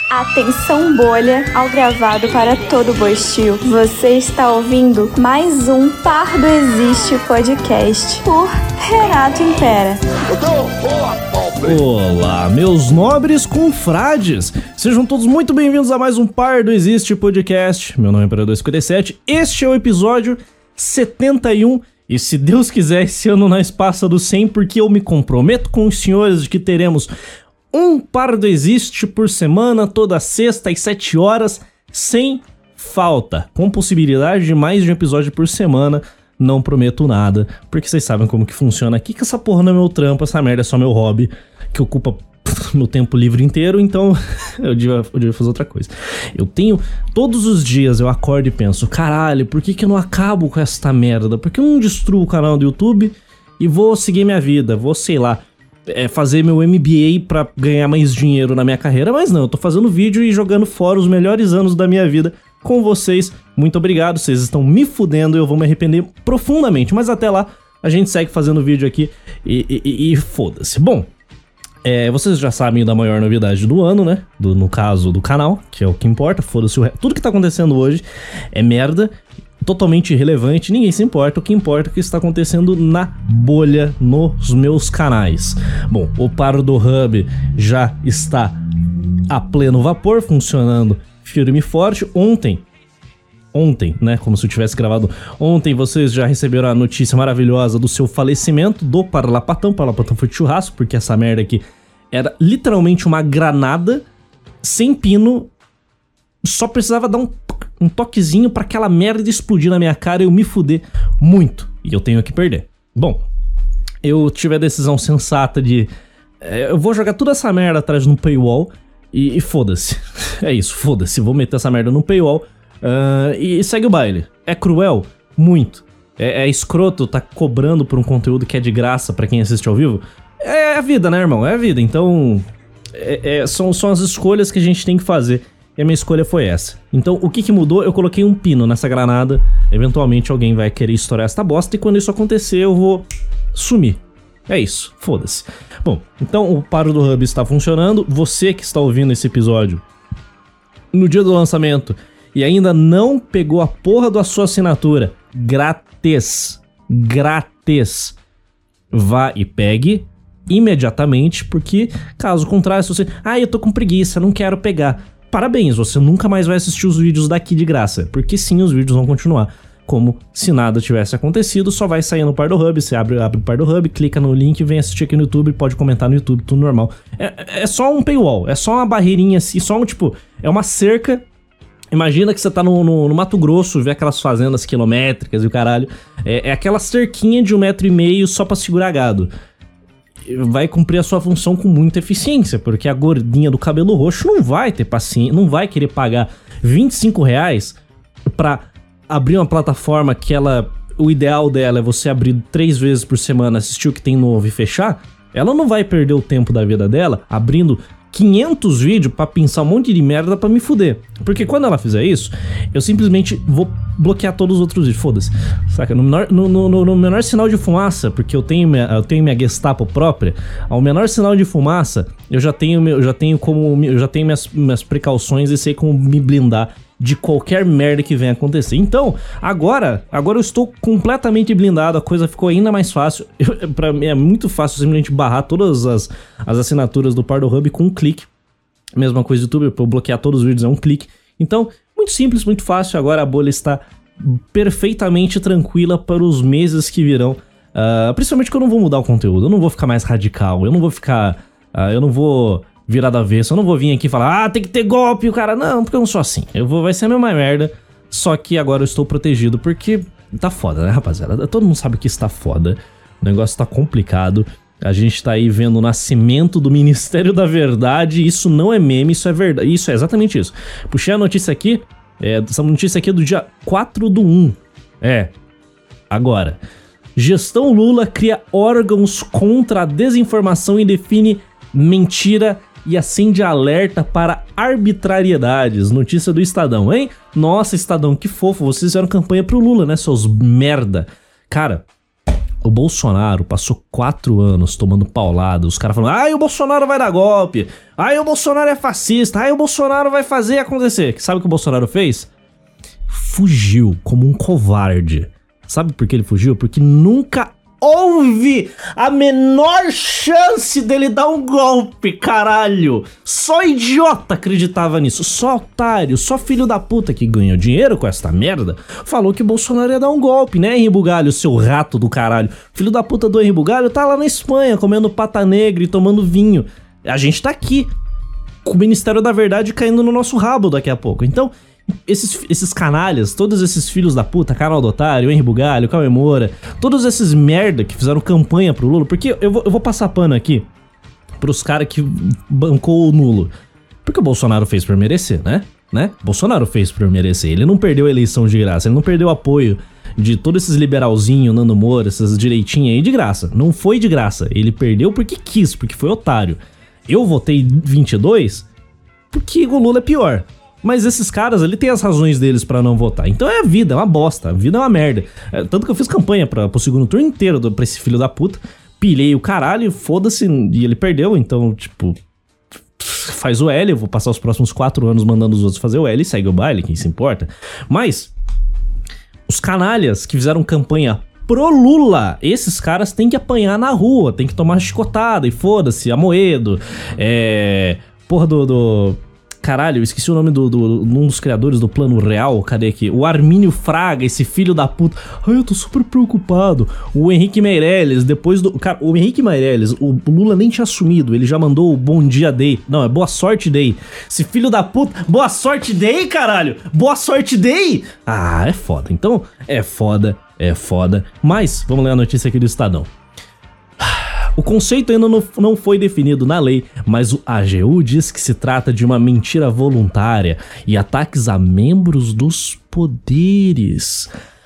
Atenção bolha ao gravado para todo boistio. Você está ouvindo mais um Pardo Existe podcast por Renato Impera. Olá, meus nobres confrades. Sejam todos muito bem-vindos a mais um Pardo Existe podcast. Meu nome é Imperador 57. Este é o episódio 71. E se Deus quiser, esse ano nós passa do 100, porque eu me comprometo com os senhores de que teremos um Pardo Existe por semana, toda sexta às 7 horas, sem falta. Com possibilidade de mais de um episódio por semana, não prometo nada, porque vocês sabem como que funciona aqui, que essa porra não é meu trampo, essa merda é só meu hobby, que ocupa meu tempo livre inteiro, então eu devia fazer outra coisa. Todos os dias eu acordo e penso, caralho, por que eu não acabo com esta merda? Por que eu não destruo o canal do YouTube e vou seguir minha vida, vou, sei lá, fazer meu MBA pra ganhar mais dinheiro na minha carreira, mas não, eu tô fazendo vídeo e jogando fora os melhores anos da minha vida com vocês. Muito obrigado, vocês estão me fudendo e eu vou me arrepender profundamente, mas até lá a gente segue fazendo vídeo aqui e foda-se. Bom, vocês já sabem da maior novidade do ano, né? No caso do canal, que é o que importa, foda-se tudo que tá acontecendo hoje é merda, totalmente irrelevante, ninguém se importa, o que importa é o que está acontecendo na bolha nos meus canais. Bom, o Pardo Hub já está a pleno vapor, funcionando firme e forte. Ontem, né, como se eu tivesse gravado ontem, vocês já receberam a notícia maravilhosa do seu falecimento do Parlapatão. Parlapatão foi de churrasco, porque essa merda aqui era literalmente uma granada sem pino, só precisava dar um toquezinho pra aquela merda explodir na minha cara e eu me fuder muito. E eu tenho que perder. Bom, eu tive a decisão sensata de eu vou jogar toda essa merda atrás no paywall e foda-se. É isso, foda-se. Vou meter essa merda no paywall e segue o baile. É cruel? Muito. É escroto tá cobrando por um conteúdo que é de graça pra quem assiste ao vivo? É a vida, né, irmão? É a vida. Então, são as escolhas que a gente tem que fazer. E a minha escolha foi essa. Então, o que mudou? Eu coloquei um pino nessa granada. Eventualmente alguém vai querer estourar essa bosta. E quando isso acontecer, eu vou sumir. É isso. Foda-se. Bom, então o Pardo Hub está funcionando. Você que está ouvindo esse episódio no dia do lançamento e ainda não pegou a porra da sua assinatura, grátis. Vá e pegue imediatamente, porque caso contrário, se você... eu tô com preguiça, não quero pegar. Parabéns, você nunca mais vai assistir os vídeos daqui de graça, porque sim, os vídeos vão continuar como se nada tivesse acontecido, só vai sair no Pardo Hub, você abre o Pardo Hub, clica no link, vem assistir aqui no YouTube, pode comentar no YouTube, tudo normal. É só um paywall, é só uma barreirinha assim, só é uma cerca. Imagina que você tá no Mato Grosso, vê aquelas fazendas quilométricas e o caralho, é aquela cerquinha de 1,5 m só pra segurar gado. Vai cumprir a sua função com muita eficiência, porque a gordinha do cabelo roxo não vai ter paciência, não vai querer pagar R$25 pra abrir uma plataforma que o ideal dela é você abrir 3 vezes por semana, assistir o que tem novo e fechar. Ela não vai perder o tempo da vida dela abrindo 500 vídeos pra pensar um monte de merda pra me fuder. Porque quando ela fizer isso, eu simplesmente vou bloquear todos os outros vídeos, foda-se. Saca? No menor sinal de fumaça, porque eu tenho minha Gestapo própria, ao menor sinal de fumaça, eu já tenho minhas precauções e sei como me blindar de qualquer merda que venha acontecer. Então, agora eu estou completamente blindado, a coisa ficou ainda mais fácil. Pra mim é muito fácil simplesmente barrar todas as assinaturas do Pardo Hub com um clique. Mesma coisa do YouTube, pra eu bloquear todos os vídeos é um clique. Então, muito simples, muito fácil. Agora a bolha está perfeitamente tranquila para os meses que virão. Principalmente que eu não vou mudar o conteúdo, eu não vou ficar mais radical, eu não vou virar da avesso, eu não vou vir aqui e falar, tem que ter golpe, o cara, não, porque eu não sou assim. Vai ser a mesma merda, só que agora eu estou protegido, porque tá foda, né, rapaziada? Todo mundo sabe que está foda, o negócio tá complicado, a gente tá aí vendo o nascimento do Ministério da Verdade, isso não é meme, isso é verdade, isso é exatamente isso. Puxei a notícia aqui, essa notícia aqui é do dia 4/1, agora. Gestão Lula cria órgãos contra a desinformação e define mentira e acende alerta para arbitrariedades. Notícia do Estadão, hein? Nossa, Estadão, que fofo, vocês fizeram campanha pro Lula, né, seus merda. Cara, O Bolsonaro passou 4 anos tomando paulada, os caras falando, o Bolsonaro vai dar golpe, o Bolsonaro é fascista, o Bolsonaro vai fazer acontecer. Sabe o que o Bolsonaro fez? Fugiu como um covarde. Sabe por que ele fugiu? Porque nunca houve a menor chance dele dar um golpe, caralho. Só idiota acreditava nisso, só otário, só filho da puta que ganhou dinheiro com essa merda falou que o Bolsonaro ia dar um golpe, né, Henri Bugalho, seu rato do caralho. Filho da puta do Henri Bugalho tá lá na Espanha comendo pata negra e tomando vinho. A gente tá aqui com o Ministério da Verdade caindo no nosso rabo daqui a pouco. Então, esses canalhas, todos esses filhos da puta, Canal do Otário, Henri Bugalho, Cauê Moura, todos esses merda que fizeram campanha pro Lula, porque eu vou passar pano aqui pros caras que bancou o nulo. Porque o Bolsonaro fez por merecer, né? Bolsonaro fez por merecer. Ele não perdeu a eleição de graça, ele não perdeu o apoio de todos esses liberalzinhos, Nando Moura, essas direitinhas aí de graça. Não foi de graça, ele perdeu porque quis, porque foi otário. Eu votei 22 porque o Lula é pior. Mas esses caras, ele tem as razões deles pra não votar. Então é a vida, é uma bosta, a vida é uma merda. Tanto que eu fiz campanha pro segundo turno inteiro pra esse filho da puta. Pilhei o caralho, foda-se, e ele perdeu. Então, tipo, faz o L, eu vou passar os próximos 4 anos mandando os outros fazer o L e segue o baile, quem se importa. Mas, os canalhas que fizeram campanha pro Lula, esses caras têm que apanhar na rua, tem que tomar chicotada e foda-se, Amoedo, porra caralho, eu esqueci o nome um dos criadores do Plano Real, cadê aqui? O Armínio Fraga, esse filho da puta. Eu tô super preocupado. O Henrique Meirelles, depois do... Cara, o Henrique Meirelles, o Lula nem tinha assumido, ele já mandou o Bom Dia Day. Não, é Boa Sorte Day. Esse filho da puta... Boa Sorte Day, caralho! Boa Sorte Day! É foda. Então, é foda. Mas, vamos ler a notícia aqui do Estadão. O conceito ainda não foi definido na lei, mas o AGU diz que se trata de uma mentira voluntária e ataques a membros dos poderes.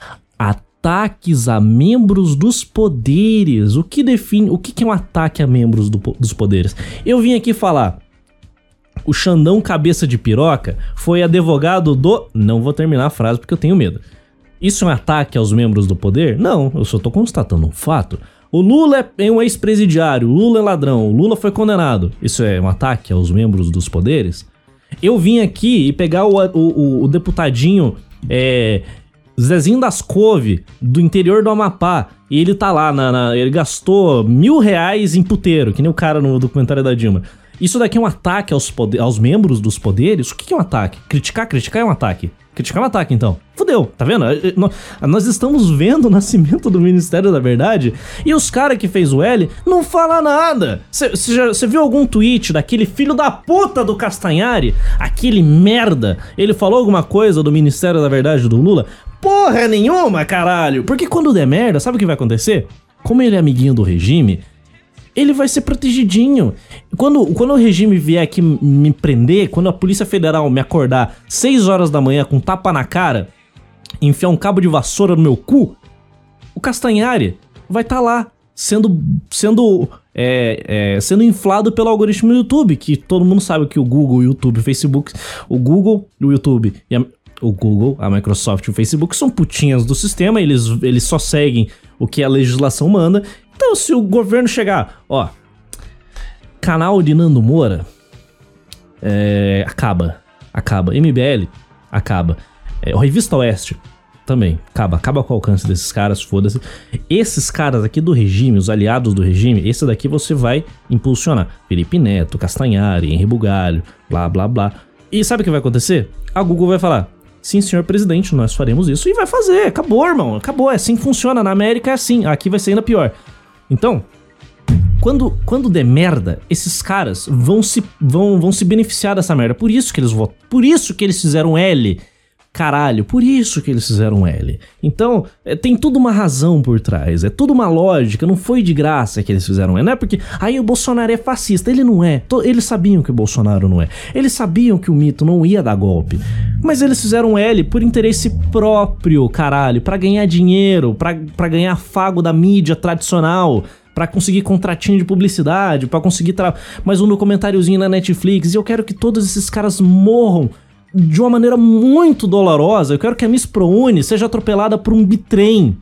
Ataques a membros dos poderes. O que define... O que é um ataque a membros dos poderes? Eu vim aqui falar... O Xandão Cabeça de Piroca foi advogado do... Não vou terminar a frase porque eu tenho medo. Isso é um ataque aos membros do poder? Não, eu só tô constatando um fato. O Lula é um ex-presidiário, o Lula é ladrão, o Lula foi condenado. Isso é um ataque aos membros dos poderes? Eu vim aqui e pegar o deputadinho Zezinho das Couve, do interior do Amapá, e ele tá lá, ele gastou R$1.000 em puteiro, que nem o cara no documentário da Dilma. Isso daqui é um ataque aos membros dos poderes? O que é um ataque? Criticar é um ataque. Criticar é um ataque, então. Fudeu, tá vendo? Nós estamos vendo o nascimento do Ministério da Verdade e os caras que fez o L não falam nada. Você viu algum tweet daquele filho da puta do Castanhari? Aquele merda. Ele falou alguma coisa do Ministério da Verdade do Lula? Porra nenhuma, caralho. Porque quando der merda, sabe o que vai acontecer? Como ele é amiguinho do regime... Ele vai ser protegidinho. Quando o regime vier aqui me prender, quando a Polícia Federal me acordar 6 horas da manhã com tapa na cara, enfiar um cabo de vassoura no meu cu, o Castanhari vai estar lá, sendo inflado pelo algoritmo do YouTube, que todo mundo sabe que o Google, o YouTube, o Facebook, o Google, o YouTube e o Google, a Microsoft e o Facebook são putinhas do sistema, eles só seguem o que a legislação manda. Então, se o governo chegar, canal de Nando Moura, acaba. MBL, acaba. Revista Oeste, também, acaba com o alcance desses caras, foda-se. Esses caras aqui do regime, os aliados do regime, esse daqui você vai impulsionar. Felipe Neto, Castanhari, Henri Bugalho, blá, blá, blá. E sabe o que vai acontecer? A Google vai falar... Sim, senhor presidente, nós faremos isso. E vai fazer, acabou, irmão, acabou, é assim que funciona. Na América é assim, aqui vai ser ainda pior. Então, quando der merda, esses caras vão se beneficiar dessa merda. Por isso que eles votam, por isso que eles fizeram L. Caralho, por isso que eles fizeram L. Então, tem tudo uma razão por trás, é tudo uma lógica, não foi de graça que eles fizeram L. Não é porque, aí o Bolsonaro é fascista, ele não é. Eles sabiam que o Bolsonaro não é. Eles sabiam que o mito não ia dar golpe. Mas eles fizeram L por interesse próprio, caralho, pra ganhar dinheiro, pra ganhar afago da mídia tradicional, pra conseguir contratinho de publicidade, pra conseguir mais um documentáriozinho na Netflix. E eu quero que todos esses caras morram de uma maneira muito dolorosa. Eu quero que a Miss ProUni seja atropelada por um bitrem.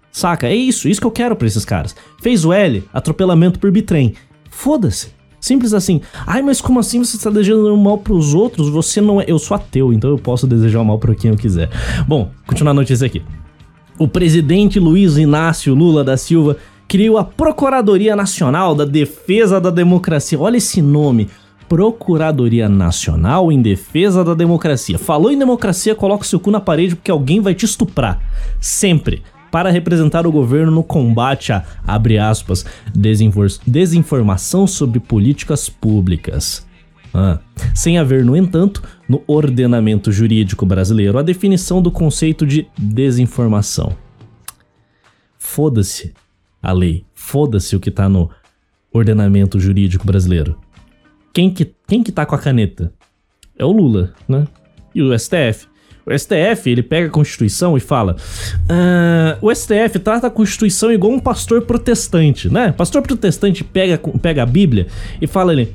Saca? É isso que eu quero pra esses caras. Fez o L, atropelamento por bitrem. Foda-se. Simples assim. Ai, mas como assim você está desejando mal pros outros? Você não é... Eu sou ateu, então eu posso desejar o mal pra quem eu quiser. Bom, continuar a notícia aqui. O presidente Luiz Inácio Lula da Silva criou a Procuradoria Nacional da Defesa da Democracia. Olha esse nome. Procuradoria Nacional em Defesa da Democracia. Falou em democracia, coloca o seu cu na parede porque alguém vai te estuprar. Sempre. Para representar o governo no combate a, abre aspas, desinformação sobre políticas públicas. Sem haver, no entanto, no ordenamento jurídico brasileiro, a definição do conceito de desinformação. Foda-se a lei, foda-se o que tá no ordenamento jurídico brasileiro. Quem que tá com a caneta? É o Lula, né? E o STF. O STF, ele pega a Constituição e fala... o STF trata a Constituição igual um pastor protestante, né? Pastor protestante pega a Bíblia e fala ali...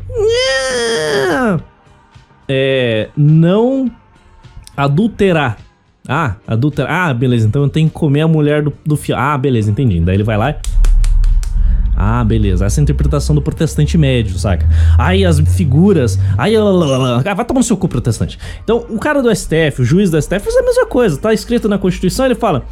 não adulterar. Adulterar. Beleza, então eu tenho que comer a mulher do filho. Beleza, entendi. Daí ele vai lá e... beleza, essa é a interpretação do protestante médio, saca? Aí as figuras, vai tomar no seu cu, protestante. Então, o cara do STF, o juiz do STF, faz a mesma coisa, tá escrito na Constituição, ele fala...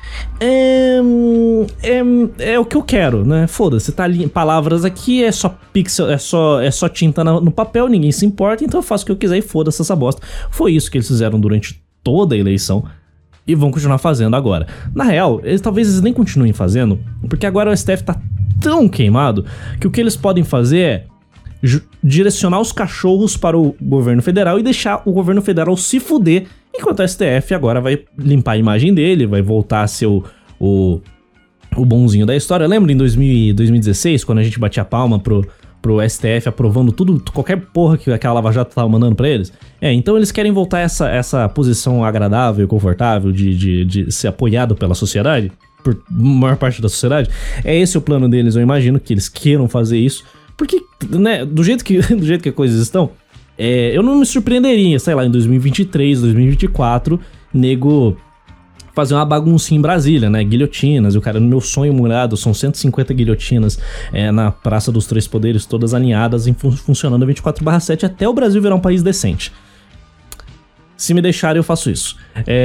É o que eu quero, né? Foda-se, tá ali, palavras aqui, é só pixel, é só tinta no papel, ninguém se importa, então eu faço o que eu quiser e foda-se essa bosta. Foi isso que eles fizeram durante toda a eleição. E vão continuar fazendo agora. Na real, talvez eles nem continuem fazendo, porque agora o STF tá tão queimado que o que eles podem fazer é direcionar os cachorros para o governo federal e deixar o governo federal se fuder, enquanto o STF agora vai limpar a imagem dele, vai voltar a ser o bonzinho da história. Lembra em 2016, quando a gente batia a palma pro STF aprovando tudo, qualquer porra que aquela Lava Jato tava mandando pra eles? Então eles querem voltar essa posição agradável e confortável de ser apoiado pela sociedade, por maior parte da sociedade. É esse o plano deles, eu imagino que eles queiram fazer isso, porque, né, do jeito que as coisas estão, eu não me surpreenderia, sei lá, em 2023, 2024, nego... fazer uma baguncinha em Brasília, né? Guilhotinas. E o cara, no meu sonho molhado, são 150 guilhotinas na Praça dos Três Poderes, todas alinhadas e funcionando 24/7 até o Brasil virar um país decente. Se me deixarem, eu faço isso.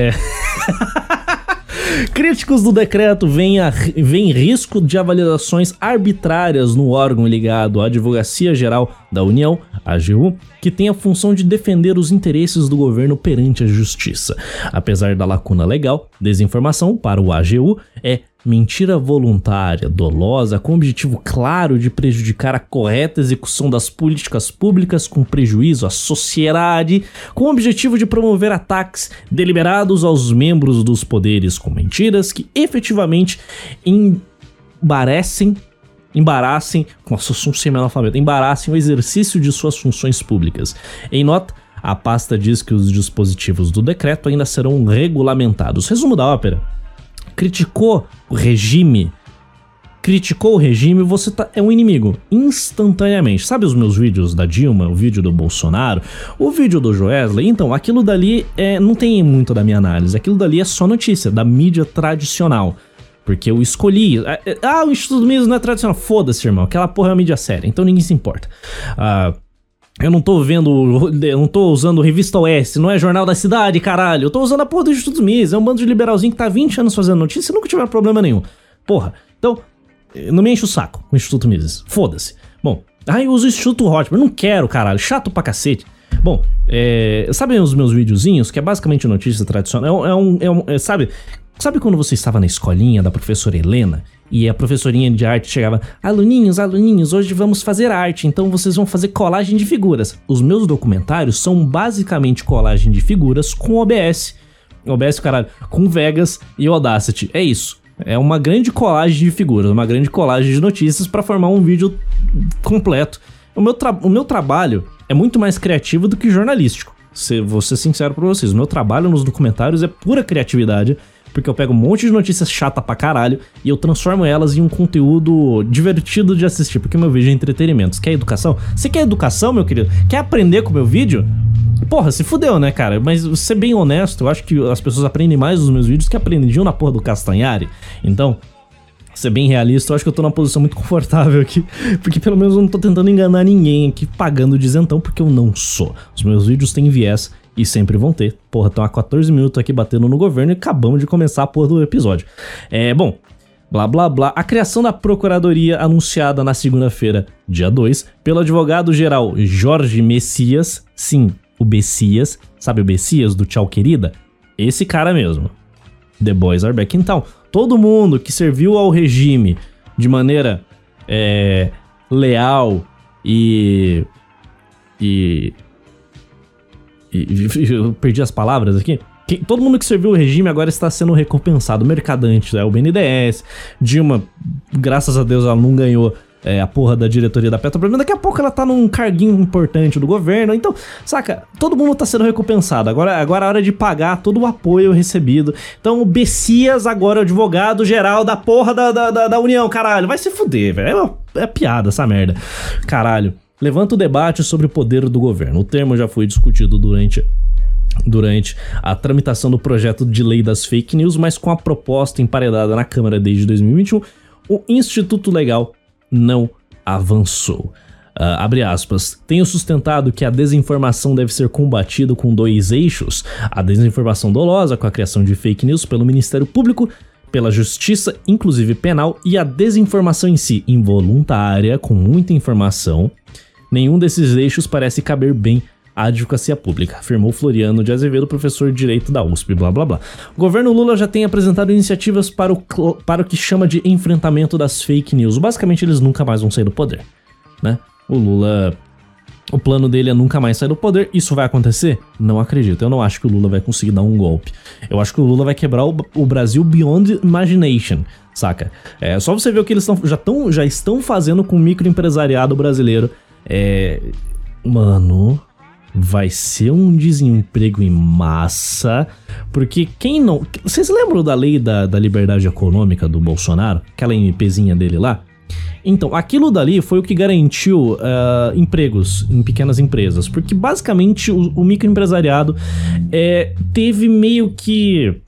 Críticos do decreto veem risco de avaliações arbitrárias no órgão ligado à Advocacia Geral da União, AGU, que tem a função de defender os interesses do governo perante a justiça. Apesar da lacuna legal, desinformação para o AGU é mentira voluntária, dolosa, com o objetivo claro de prejudicar a correta execução das políticas públicas com prejuízo à sociedade, com o objetivo de promover ataques deliberados aos membros dos poderes com mentiras que efetivamente embaraçem o exercício de suas funções públicas. Em nota, a pasta diz que os dispositivos do decreto ainda serão regulamentados. Resumo da ópera: criticou o regime, você é um inimigo, instantaneamente. Sabe os meus vídeos da Dilma, o vídeo do Bolsonaro, o vídeo do Joesley? Então, aquilo dali não tem muito da minha análise, aquilo dali é só notícia, da mídia tradicional. Porque eu escolhi... o Instituto Mises não é tradicional. Foda-se, irmão. Aquela porra é uma mídia séria. Então ninguém se importa. Eu não tô usando Revista Oeste. Não é Jornal da Cidade, caralho. Eu tô usando a porra do Instituto Mises. É um bando de liberalzinho que tá há 20 anos fazendo notícia e nunca tiver problema nenhum. Porra. Então, não me enche o saco com o Instituto Mises. Foda-se. Bom, eu uso o Instituto Hotmart. Não quero, caralho. Chato pra cacete. Bom, sabem os meus videozinhos? Que é basicamente notícia tradicional. Sabe quando você estava na escolinha da professora Helena e a professorinha de arte chegava: aluninhos, hoje vamos fazer arte, então vocês vão fazer colagem de figuras. Os meus documentários são basicamente colagem de figuras com OBS, caralho, com Vegas e Audacity. É isso. É uma grande colagem de figuras, uma grande colagem de notícias para formar um vídeo completo. O meu trabalho é muito mais criativo do que jornalístico. Vou ser sincero pra vocês, o meu trabalho nos documentários é pura criatividade, porque eu pego um monte de notícias chata pra caralho e eu transformo elas em um conteúdo divertido de assistir, porque meu vídeo é entretenimento. Você quer educação? Você quer educação, meu querido? Quer aprender com o meu vídeo? Porra, se fudeu, né, cara? Mas ser bem honesto, eu acho que as pessoas aprendem mais nos meus vídeos que aprendiam na porra do Castanhari. Então, ser bem realista, eu acho que eu tô numa posição muito confortável aqui, porque pelo menos eu não tô tentando enganar ninguém aqui pagando de isentão, porque eu não sou. Os meus vídeos têm viés e sempre vão ter. Porra, estão há 14 minutos aqui batendo no governo e acabamos de começar a porra do episódio. Bom, blá blá blá. A criação da procuradoria anunciada na segunda-feira, dia 2, pelo advogado-geral Jorge Messias, sim, o Bessias, sabe o Bessias do Tchau Querida? Esse cara mesmo. The boys are back in town. Todo mundo que serviu ao regime de maneira leal e eu perdi as palavras aqui. Todo mundo que serviu o regime agora está sendo recompensado. Mercadante, o BNDES, Dilma, graças a Deus ela não ganhou a porra da diretoria da Petrobras, daqui a pouco ela tá num carguinho importante do governo, então, saca, todo mundo tá sendo recompensado, agora é a hora de pagar todo o apoio recebido. Então o Bessias agora é o advogado geral da porra da União, caralho, vai se fuder, velho, é piada essa merda, caralho. Levanta o debate sobre o poder do governo, o termo já foi discutido durante a tramitação do projeto de lei das fake news, mas com a proposta emparedada na Câmara desde 2021, o Instituto Legal não avançou. Abre aspas, tenho sustentado que a desinformação deve ser combatida com 2 eixos, a desinformação dolosa com a criação de fake news pelo Ministério Público, pela Justiça, inclusive penal, e a desinformação em si, involuntária, com muita informação. Nenhum desses eixos parece caber bem à advocacia pública, afirmou Floriano de Azevedo, professor de Direito da USP, blá blá blá. O governo Lula já tem apresentado iniciativas para o que chama de enfrentamento das fake news. Basicamente, eles nunca mais vão sair do poder, né? O Lula, o plano dele é nunca mais sair do poder. Isso vai acontecer? Não acredito. Eu não acho que o Lula vai conseguir dar um golpe. Eu acho que o Lula vai quebrar o Brasil beyond imagination, saca? É só você ver o que eles já estão fazendo com o microempresariado brasileiro. Mano, vai ser um desemprego em massa, porque quem não... Vocês lembram da lei da liberdade econômica do Bolsonaro? Aquela MPzinha dele lá? Então, aquilo dali foi o que garantiu empregos em pequenas empresas, porque basicamente o microempresariado teve meio que...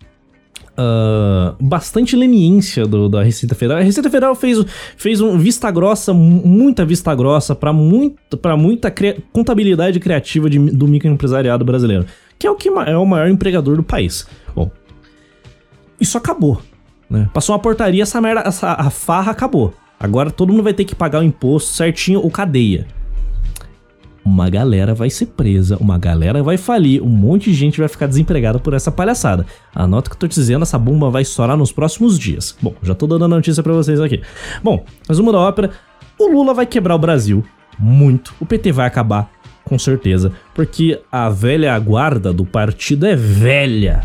bastante leniência da Receita Federal. A Receita Federal fez muita vista grossa para muita contabilidade criativa do microempresariado brasileiro, que é o que é o maior empregador do país. Bom, isso acabou, né? Passou uma portaria, a farra acabou. Agora todo mundo vai ter que pagar o imposto certinho ou cadeia. Uma galera vai ser presa, uma galera vai falir, um monte de gente vai ficar desempregada por essa palhaçada. Anota o que eu tô te dizendo, essa bomba vai estourar nos próximos dias. Bom, já tô dando a notícia pra vocês aqui. Bom, resumo da ópera, o Lula vai quebrar o Brasil, muito. O PT vai acabar, com certeza, porque a velha guarda do partido é velha.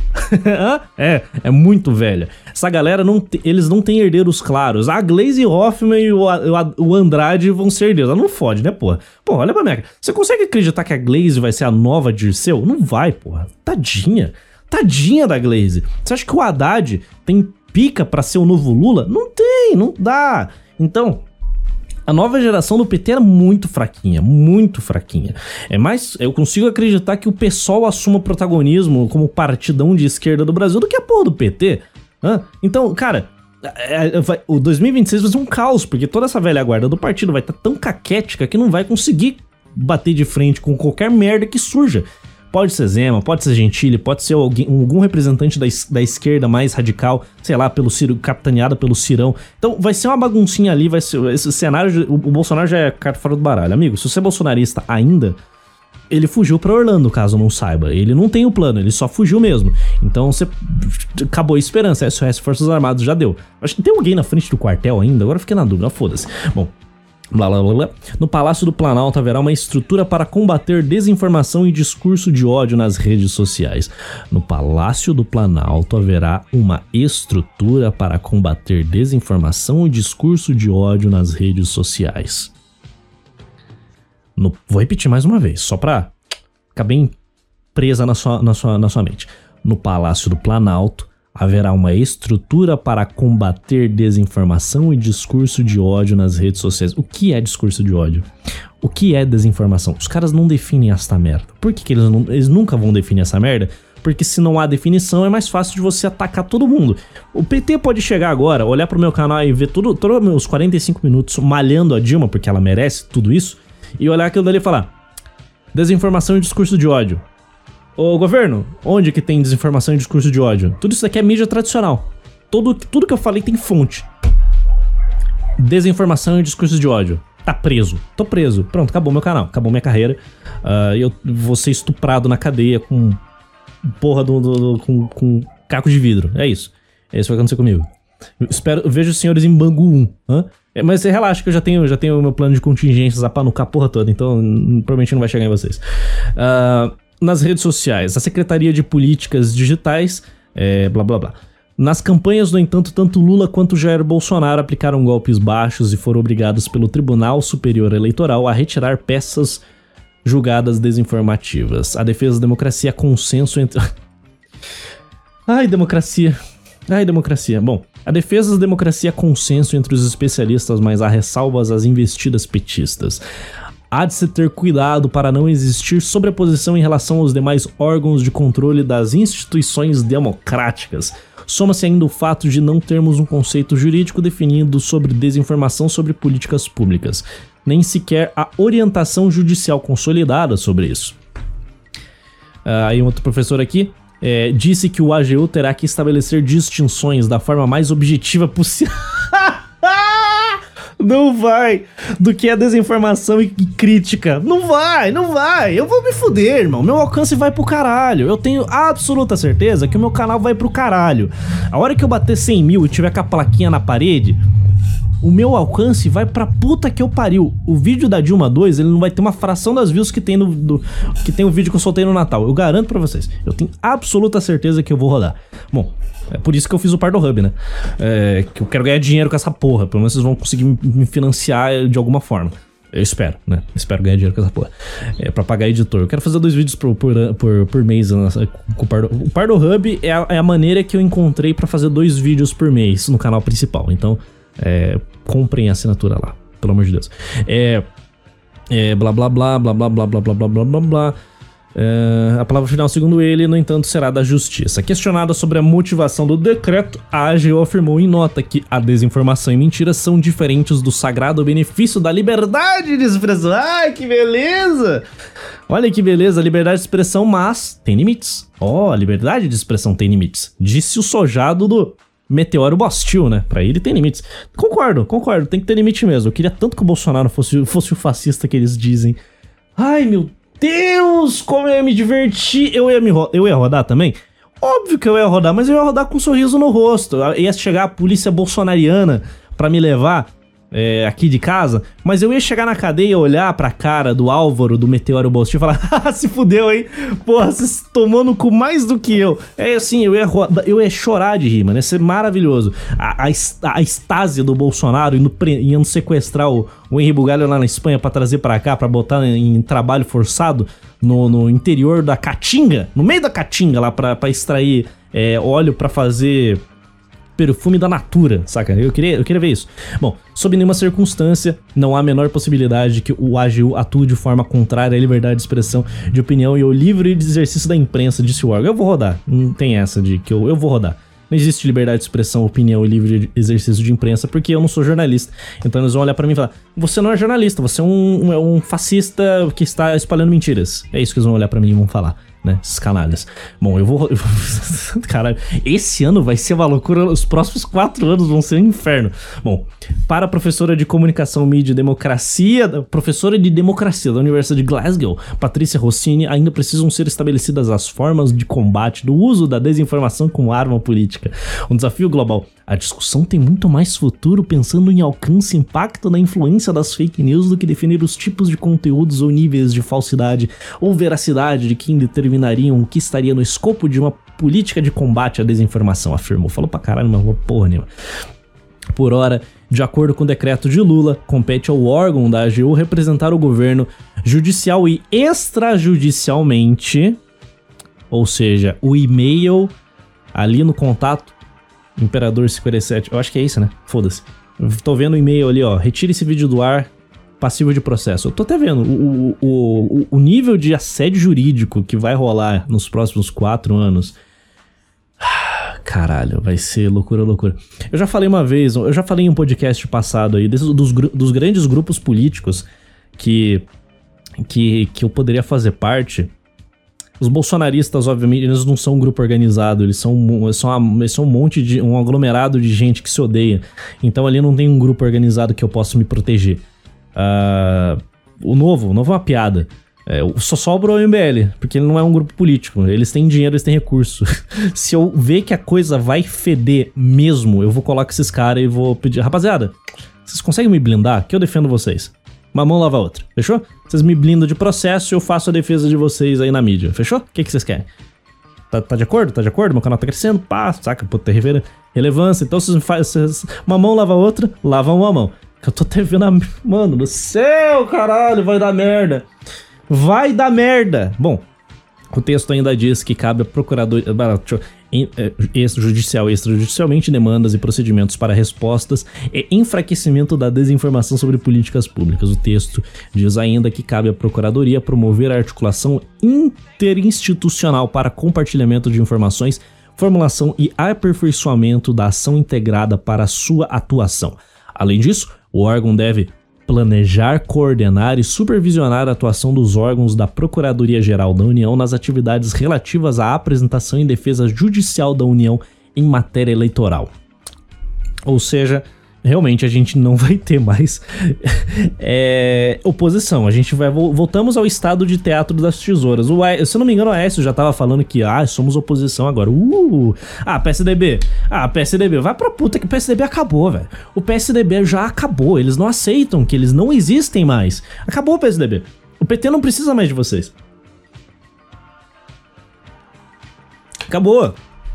é muito velha. Essa galera, eles não têm herdeiros claros. A Gleisi Hoffmann e o Andrade vão ser herdeiros. Não fode, né, porra? Porra, olha pra minha cara. Você consegue acreditar que a Gleisi vai ser a nova Dirceu? Não vai, porra. Tadinha da Gleisi. Você acha que o Haddad tem pica pra ser o novo Lula? Não tem, não dá. Então... a nova geração do PT era muito fraquinha, muito fraquinha. Mas eu consigo acreditar que o PSOL assuma protagonismo como partidão de esquerda do Brasil do que a porra do PT. Então, cara, o 2026 vai ser um caos, porque toda essa velha guarda do partido vai estar tão caquética que não vai conseguir bater de frente com qualquer merda que surja. Pode ser Zema, pode ser Gentili, pode ser algum representante da esquerda mais radical, sei lá, pelo Ciro, capitaneada pelo Cirão. Então vai ser uma baguncinha ali, vai ser esse cenário. O Bolsonaro já é carta fora do baralho. Amigo, se você é bolsonarista ainda, ele fugiu pra Orlando, caso não saiba. Ele não tem o plano, ele só fugiu mesmo. Então você acabou a esperança. SOS Forças Armadas já deu. Acho que tem alguém na frente do quartel ainda, agora eu fiquei na dúvida, foda-se. Bom. Blá, blá, blá, blá. No Palácio do Planalto haverá uma estrutura para combater desinformação e discurso de ódio nas redes sociais. No Palácio do Planalto haverá uma estrutura para combater desinformação e discurso de ódio nas redes sociais. Vou repetir mais uma vez, só para ficar bem presa na sua mente. No Palácio do Planalto haverá uma estrutura para combater desinformação e discurso de ódio nas redes sociais. O que é discurso de ódio? O que é desinformação? Os caras não definem essa merda. Por que eles nunca vão definir essa merda? Porque se não há definição, é mais fácil de você atacar todo mundo. O PT pode chegar agora, olhar pro meu canal e ver todos meus 45 minutos malhando a Dilma, porque ela merece tudo isso, e olhar aquilo dali e falar: desinformação e discurso de ódio. Ô governo, onde que tem desinformação e discurso de ódio? Tudo isso daqui é mídia tradicional. Tudo que eu falei tem fonte. Desinformação e discurso de ódio. Tá preso. Tô preso. Pronto, acabou meu canal. Acabou minha carreira. Eu vou ser estuprado na cadeia com porra com caco de vidro. É isso. É isso que vai acontecer comigo. Eu vejo os senhores em Bangu 1. Mas você relaxa que eu já tenho o meu plano de contingências a panucar a porra toda. Então provavelmente não vai chegar em vocês. Nas redes sociais, a Secretaria de Políticas Digitais, blá blá blá. Nas campanhas, no entanto, tanto Lula quanto Jair Bolsonaro aplicaram golpes baixos e foram obrigados pelo Tribunal Superior Eleitoral a retirar peças julgadas desinformativas. A defesa da democracia, consenso entre... Ai, democracia. Bom, a defesa da democracia, consenso entre os especialistas, mas há ressalvas às investidas petistas. Há de se ter cuidado para não existir sobreposição em relação aos demais órgãos de controle das instituições democráticas. Soma-se ainda o fato de não termos um conceito jurídico definido sobre desinformação sobre políticas públicas, nem sequer a orientação judicial consolidada sobre isso. Aí um outro professor aqui disse que o AGU terá que estabelecer distinções da forma mais objetiva possível. Não vai, do que é desinformação e crítica. Não vai. Eu vou me fuder, irmão. Meu alcance vai pro caralho. Eu tenho absoluta certeza que o meu canal vai pro caralho. A hora que eu bater 100 mil e tiver com a plaquinha na parede, o meu alcance vai pra puta que eu pariu. O vídeo da Dilma 2, ele não vai ter uma fração das views que tem que tem o vídeo que eu soltei no Natal. Eu garanto pra vocês. Eu tenho absoluta certeza que eu vou rodar. Bom, é por isso que eu fiz o Pardo Hub, né? Que eu quero ganhar dinheiro com essa porra. Pelo menos vocês vão conseguir me financiar de alguma forma. Eu espero, né? Espero ganhar dinheiro com essa porra. Pra pagar editor. Eu quero fazer 2 vídeos por mês com o Pardo. O Pardo Hub é a maneira que eu encontrei pra fazer 2 vídeos por mês no canal principal. Então, comprem a assinatura lá. Pelo amor de Deus. Blá blá blá blá blá blá blá blá blá blá blá. A palavra final, segundo ele, no entanto, será da justiça. Questionada sobre a motivação do decreto, a AGU afirmou em nota que a desinformação e mentiras são diferentes do sagrado benefício da liberdade de expressão. Ai, que beleza! Olha que beleza, liberdade de expressão, mas tem limites. A liberdade de expressão tem limites. Disse o sojado do Meteoro Bostil, né? Pra ele tem limites. Concordo, tem que ter limite mesmo. Eu queria tanto que o Bolsonaro fosse o fascista que eles dizem. Ai, meu Deus, como eu ia me divertir. Eu ia rodar também? Óbvio que eu ia rodar, mas eu ia rodar com um sorriso no rosto. Ia chegar a polícia bolsonariana pra me levar aqui de casa, mas eu ia chegar na cadeia e olhar pra cara do Álvaro, do Meteoro Bostil e falar: se fudeu, hein? Porra, vocês tomando com mais do que eu. Assim, eu ia chorar de rir, mano. Ia ser maravilhoso. A estásia do Bolsonaro indo sequestrar o Henri Bugalho lá na Espanha pra trazer pra cá, pra botar em trabalho forçado no interior da Caatinga, no meio da Caatinga lá, pra extrair óleo pra fazer perfume da Natura, saca? Eu queria ver isso. Bom, sob nenhuma circunstância, não há a menor possibilidade que o AGU atue de forma contrária à liberdade de expressão, de opinião e ao livre exercício da imprensa, disse o órgão. Eu vou rodar, não tem essa de que eu vou rodar. Não existe liberdade de expressão, opinião e livre exercício de imprensa, porque eu não sou jornalista. Então eles vão olhar pra mim e falar: você não é jornalista, você é um fascista que está espalhando mentiras. É isso que eles vão olhar pra mim e vão falar, né? Esses canalhas. Bom, eu vou... Caralho, esse ano vai ser uma loucura, os próximos 4 anos vão ser um inferno. Bom, para a professora de Comunicação, Mídia e Democracia, professora de Democracia da Universidade de Glasgow, Patrícia Rossini, ainda precisam ser estabelecidas as formas de combate do uso da desinformação como arma política. Um desafio global. A discussão tem muito mais futuro pensando em alcance e impacto na influência das fake news do que definir os tipos de conteúdos ou níveis de falsidade ou veracidade de quem determinariam o que estaria no escopo de uma política de combate à desinformação, afirmou. Falou pra caralho, mas porra nenhuma. Por ora, de acordo com o decreto de Lula, compete ao órgão da AGU representar o governo judicial e extrajudicialmente, ou seja, o e-mail ali no contato, Imperador 57, eu acho que é isso, né? Foda-se. Eu tô vendo o e-mail ali, ó, retire esse vídeo do ar, passivo de processo. Eu tô até vendo o nível de assédio jurídico que vai rolar nos próximos 4 anos. Caralho, vai ser loucura. Eu já falei uma vez, eu já falei em um podcast passado aí, dos grandes grupos políticos que eu poderia fazer parte. Os bolsonaristas, obviamente, eles não são um grupo organizado, eles são um monte de... um aglomerado de gente que se odeia. Então ali não tem um grupo organizado que eu possa me proteger. O novo é uma piada. Só sobra o MBL, porque ele não é um grupo político. Eles têm dinheiro, eles têm recurso. Se eu ver que a coisa vai feder mesmo, eu vou colocar esses caras e vou pedir... Rapaziada, vocês conseguem me blindar? Que eu defendo vocês. Uma mão lava a outra, fechou? Vocês me blindam de processo e eu faço a defesa de vocês aí na mídia, fechou? O que vocês querem? Tá de acordo? Tá de acordo? Meu canal tá crescendo, pá, saca? Pô, tem relevância. Então vocês uma mão lava a outra, lava uma mão. Que eu tô até vendo Mano do céu, caralho, vai dar merda. Vai dar merda! Bom, o texto ainda diz que cabe a procuradoria extrajudicialmente demandas e procedimentos para respostas e enfraquecimento da desinformação sobre políticas públicas. O texto diz ainda que cabe à procuradoria promover a articulação interinstitucional para compartilhamento de informações, formulação e aperfeiçoamento da ação integrada para a sua atuação. Além disso, o órgão deve planejar, coordenar e supervisionar a atuação dos órgãos da Procuradoria-Geral da União nas atividades relativas à apresentação e defesa judicial da União em matéria eleitoral. Ou seja, realmente a gente não vai ter mais oposição. A gente voltamos ao estado de teatro das tesouras. Se eu não me engano, o Aécio já tava falando que somos oposição agora. PSDB. PSDB. Vai pra puta que o PSDB acabou, velho. O PSDB já acabou. Eles não aceitam que eles não existem mais. Acabou o PSDB. O PT não precisa mais de vocês. Acabou.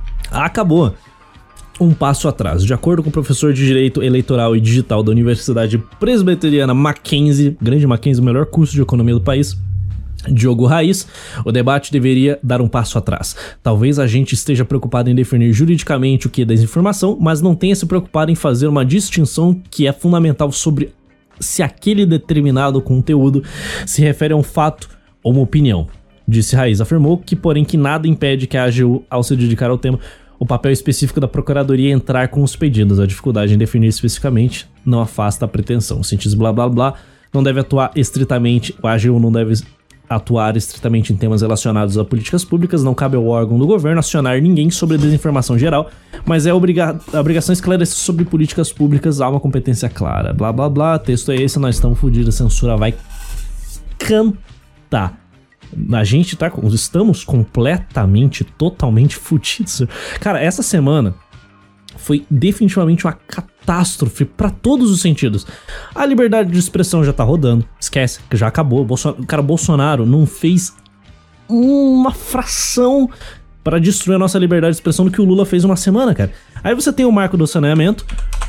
Um passo atrás. De acordo com o professor de Direito Eleitoral e Digital da Universidade Presbiteriana Mackenzie, grande Mackenzie, o melhor curso de economia do país, Diogo Raiz, o debate deveria dar um passo atrás. Talvez a gente esteja preocupado em definir juridicamente o que é desinformação, mas não tenha se preocupado em fazer uma distinção que é fundamental sobre se aquele determinado conteúdo se refere a um fato ou uma opinião. Disse Raiz, afirmou que, porém, que nada impede que a AGU, ao se dedicar ao tema, o papel específico da Procuradoria é entrar com os pedidos. A dificuldade em definir especificamente não afasta a pretensão. O cientista blá blá blá não deve atuar estritamente, o AGU não deve atuar estritamente em temas relacionados a políticas públicas, não cabe ao órgão do governo acionar ninguém sobre desinformação geral, mas é obrigação esclarecer sobre políticas públicas, há uma competência clara. Blá blá blá, texto é esse, nós estamos fodidos, a censura vai cantar. A gente estamos completamente, totalmente fudidos. Cara, essa semana foi definitivamente uma catástrofe pra todos os sentidos. A liberdade de expressão já tá rodando, esquece, que já acabou. Bolsonaro não fez uma fração pra destruir a nossa liberdade de expressão do que o Lula fez uma semana, cara. Aí você tem o marco do saneamento.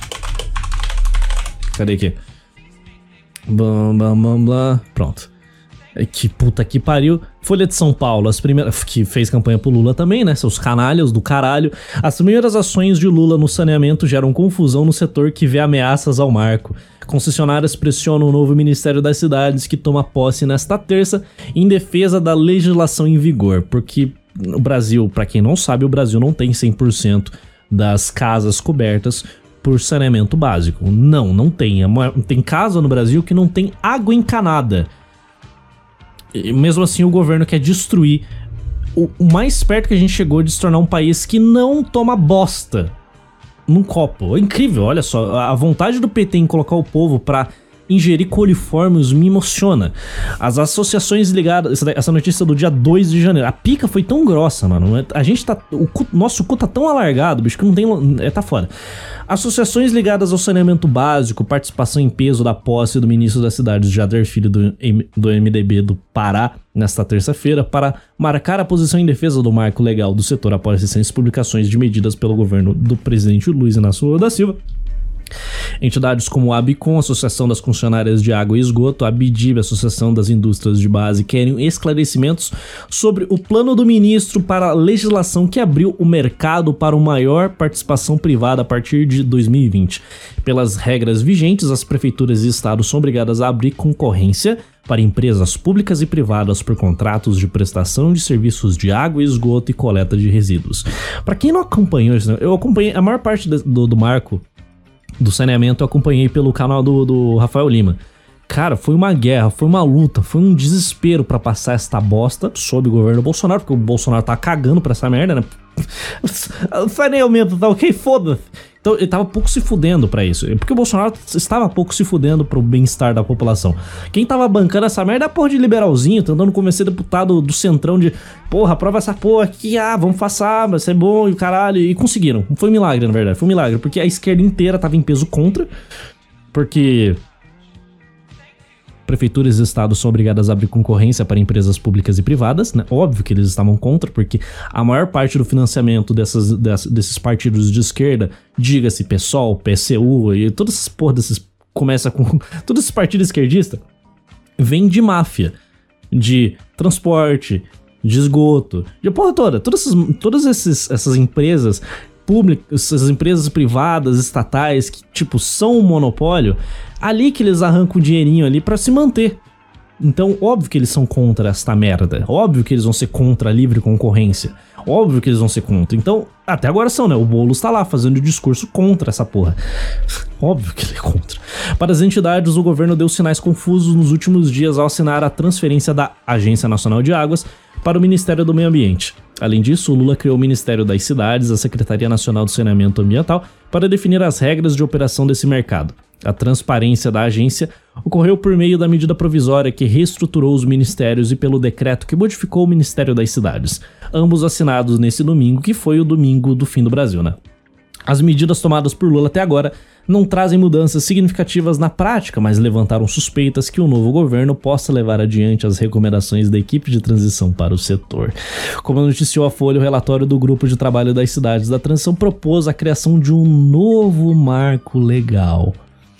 Cadê aqui? Pronto. Que puta que pariu. Folha de São Paulo, as primeiras, que fez campanha pro Lula também, né? Seus canalhas do caralho. As primeiras ações de Lula no saneamento geram confusão no setor que vê ameaças ao marco. Concessionárias pressionam o novo Ministério das Cidades, que toma posse nesta terça, em defesa da legislação em vigor. Porque o Brasil, pra quem não sabe, o Brasil não tem 100% das casas cobertas por saneamento básico. Não tem. Tem casa no Brasil que não tem água encanada. E mesmo assim o governo quer destruir o mais perto que a gente chegou de se tornar um país que não toma bosta num copo. É incrível, olha só, a vontade do PT em colocar o povo pra ingerir coliformes me emociona. As associações ligadas, essa notícia do dia 2 de janeiro, a pica foi tão grossa, mano, a gente tá, nosso cu tá tão alargado, bicho, que não tem, tá fora. Associações ligadas ao saneamento básico, participação em peso da posse do ministro das cidades, Jader Filho, do MDB do Pará, nesta terça-feira, para marcar a posição em defesa do marco legal do setor após recentes publicações de medidas pelo governo do presidente Luiz Inácio Lula da Silva, Entidades como a ABICOM, Associação das Funcionárias de Água e Esgoto, a ABIDIB, Associação das Indústrias de Base, querem esclarecimentos sobre o plano do ministro para a legislação que abriu o mercado para uma maior participação privada a partir de 2020. Pelas regras vigentes, as prefeituras e estados são obrigadas a abrir concorrência para empresas públicas e privadas por contratos de prestação de serviços de água, esgoto e coleta de resíduos. Para quem não acompanhou isso, eu acompanhei a maior parte do marco do saneamento, eu acompanhei pelo canal do Rafael Lima. Cara, foi uma guerra, foi uma luta, foi um desespero pra passar esta bosta sob o governo Bolsonaro, porque o Bolsonaro tá cagando pra essa merda, né? O saneamento tá ok, foda-se. Então ele tava pouco se fudendo pra isso, porque o Bolsonaro estava pouco se fudendo pro bem-estar da população. Quem tava bancando essa merda é a porra de liberalzinho, tentando convencer deputado do centrão de porra, aprova essa porra aqui, vamos passar, vai ser bom e o caralho, e conseguiram. Foi um milagre, na verdade, foi um milagre, porque a esquerda inteira tava em peso contra, porque prefeituras e estados são obrigadas a abrir concorrência para empresas públicas e privadas, né? Óbvio que eles estavam contra, porque a maior parte do financiamento desses partidos de esquerda, diga-se PSOL, PSU e todas essas porra começa com todos esses partidos esquerdistas, vem de máfia, de transporte, de esgoto, de porra toda. Todas essas empresas públicas, essas empresas privadas, estatais, que tipo são um monopólio, ali que eles arrancam o dinheirinho ali pra se manter. Então, óbvio que eles são contra esta merda, óbvio que eles vão ser contra a livre concorrência, óbvio que eles vão ser contra. Então, até agora são, né? O Boulos tá lá fazendo discurso contra essa porra. Óbvio que ele é contra. Para as entidades, o governo deu sinais confusos nos últimos dias ao assinar a transferência da Agência Nacional de Águas para o Ministério do Meio Ambiente. Além disso, o Lula criou o Ministério das Cidades, a Secretaria Nacional do Saneamento Ambiental, para definir as regras de operação desse mercado. A transparência da agência ocorreu por meio da medida provisória que reestruturou os ministérios e pelo decreto que modificou o Ministério das Cidades, ambos assinados nesse domingo, que foi o domingo do fim do Brasil, né? As medidas tomadas por Lula até agora não trazem mudanças significativas na prática, mas levantaram suspeitas que o novo governo possa levar adiante as recomendações da equipe de transição para o setor. Como noticiou a Folha, o relatório do Grupo de Trabalho das Cidades da Transição propôs a criação de um novo marco legal,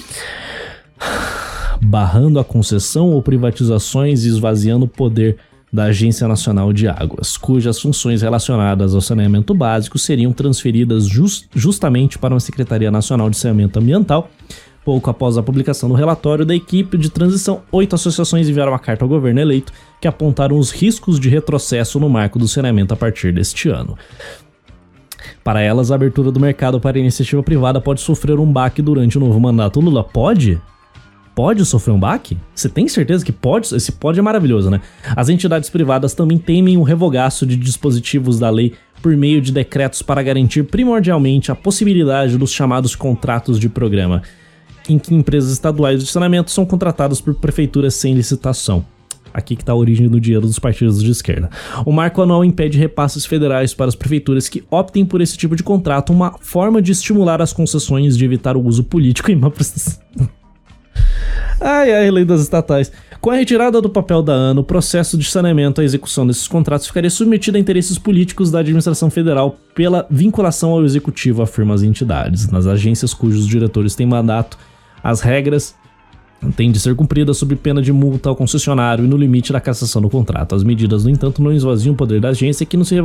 barrando a concessão ou privatizações e esvaziando o poder da Agência Nacional de Águas, cujas funções relacionadas ao saneamento básico seriam transferidas justamente para uma Secretaria Nacional de Saneamento Ambiental. Pouco após a publicação do relatório da equipe de transição, 8 associações enviaram uma carta ao governo eleito que apontaram os riscos de retrocesso no marco do saneamento a partir deste ano. Para elas, a abertura do mercado para a iniciativa privada pode sofrer um baque durante o novo mandato. Lula pode? Pode sofrer um baque? Você tem certeza que pode? Esse pode é maravilhoso, né? As entidades privadas também temem o revogaço de dispositivos da lei por meio de decretos para garantir primordialmente a possibilidade dos chamados contratos de programa, em que empresas estaduais de saneamento são contratadas por prefeituras sem licitação. Aqui que está a origem do dinheiro dos partidos de esquerda. O marco anual impede repasses federais para as prefeituras que optem por esse tipo de contrato, uma forma de estimular as concessões de evitar o uso político em uma prestação. Ai, lei das estatais. Com a retirada do papel da ANA, o processo de saneamento à execução desses contratos ficaria submetido a interesses políticos da administração federal pela vinculação ao executivo, afirma as entidades. Nas agências cujos diretores têm mandato, as regras têm de ser cumpridas sob pena de multa ao concessionário e no limite da cassação do contrato. As medidas, no entanto, não esvaziam o poder da agência, que não se...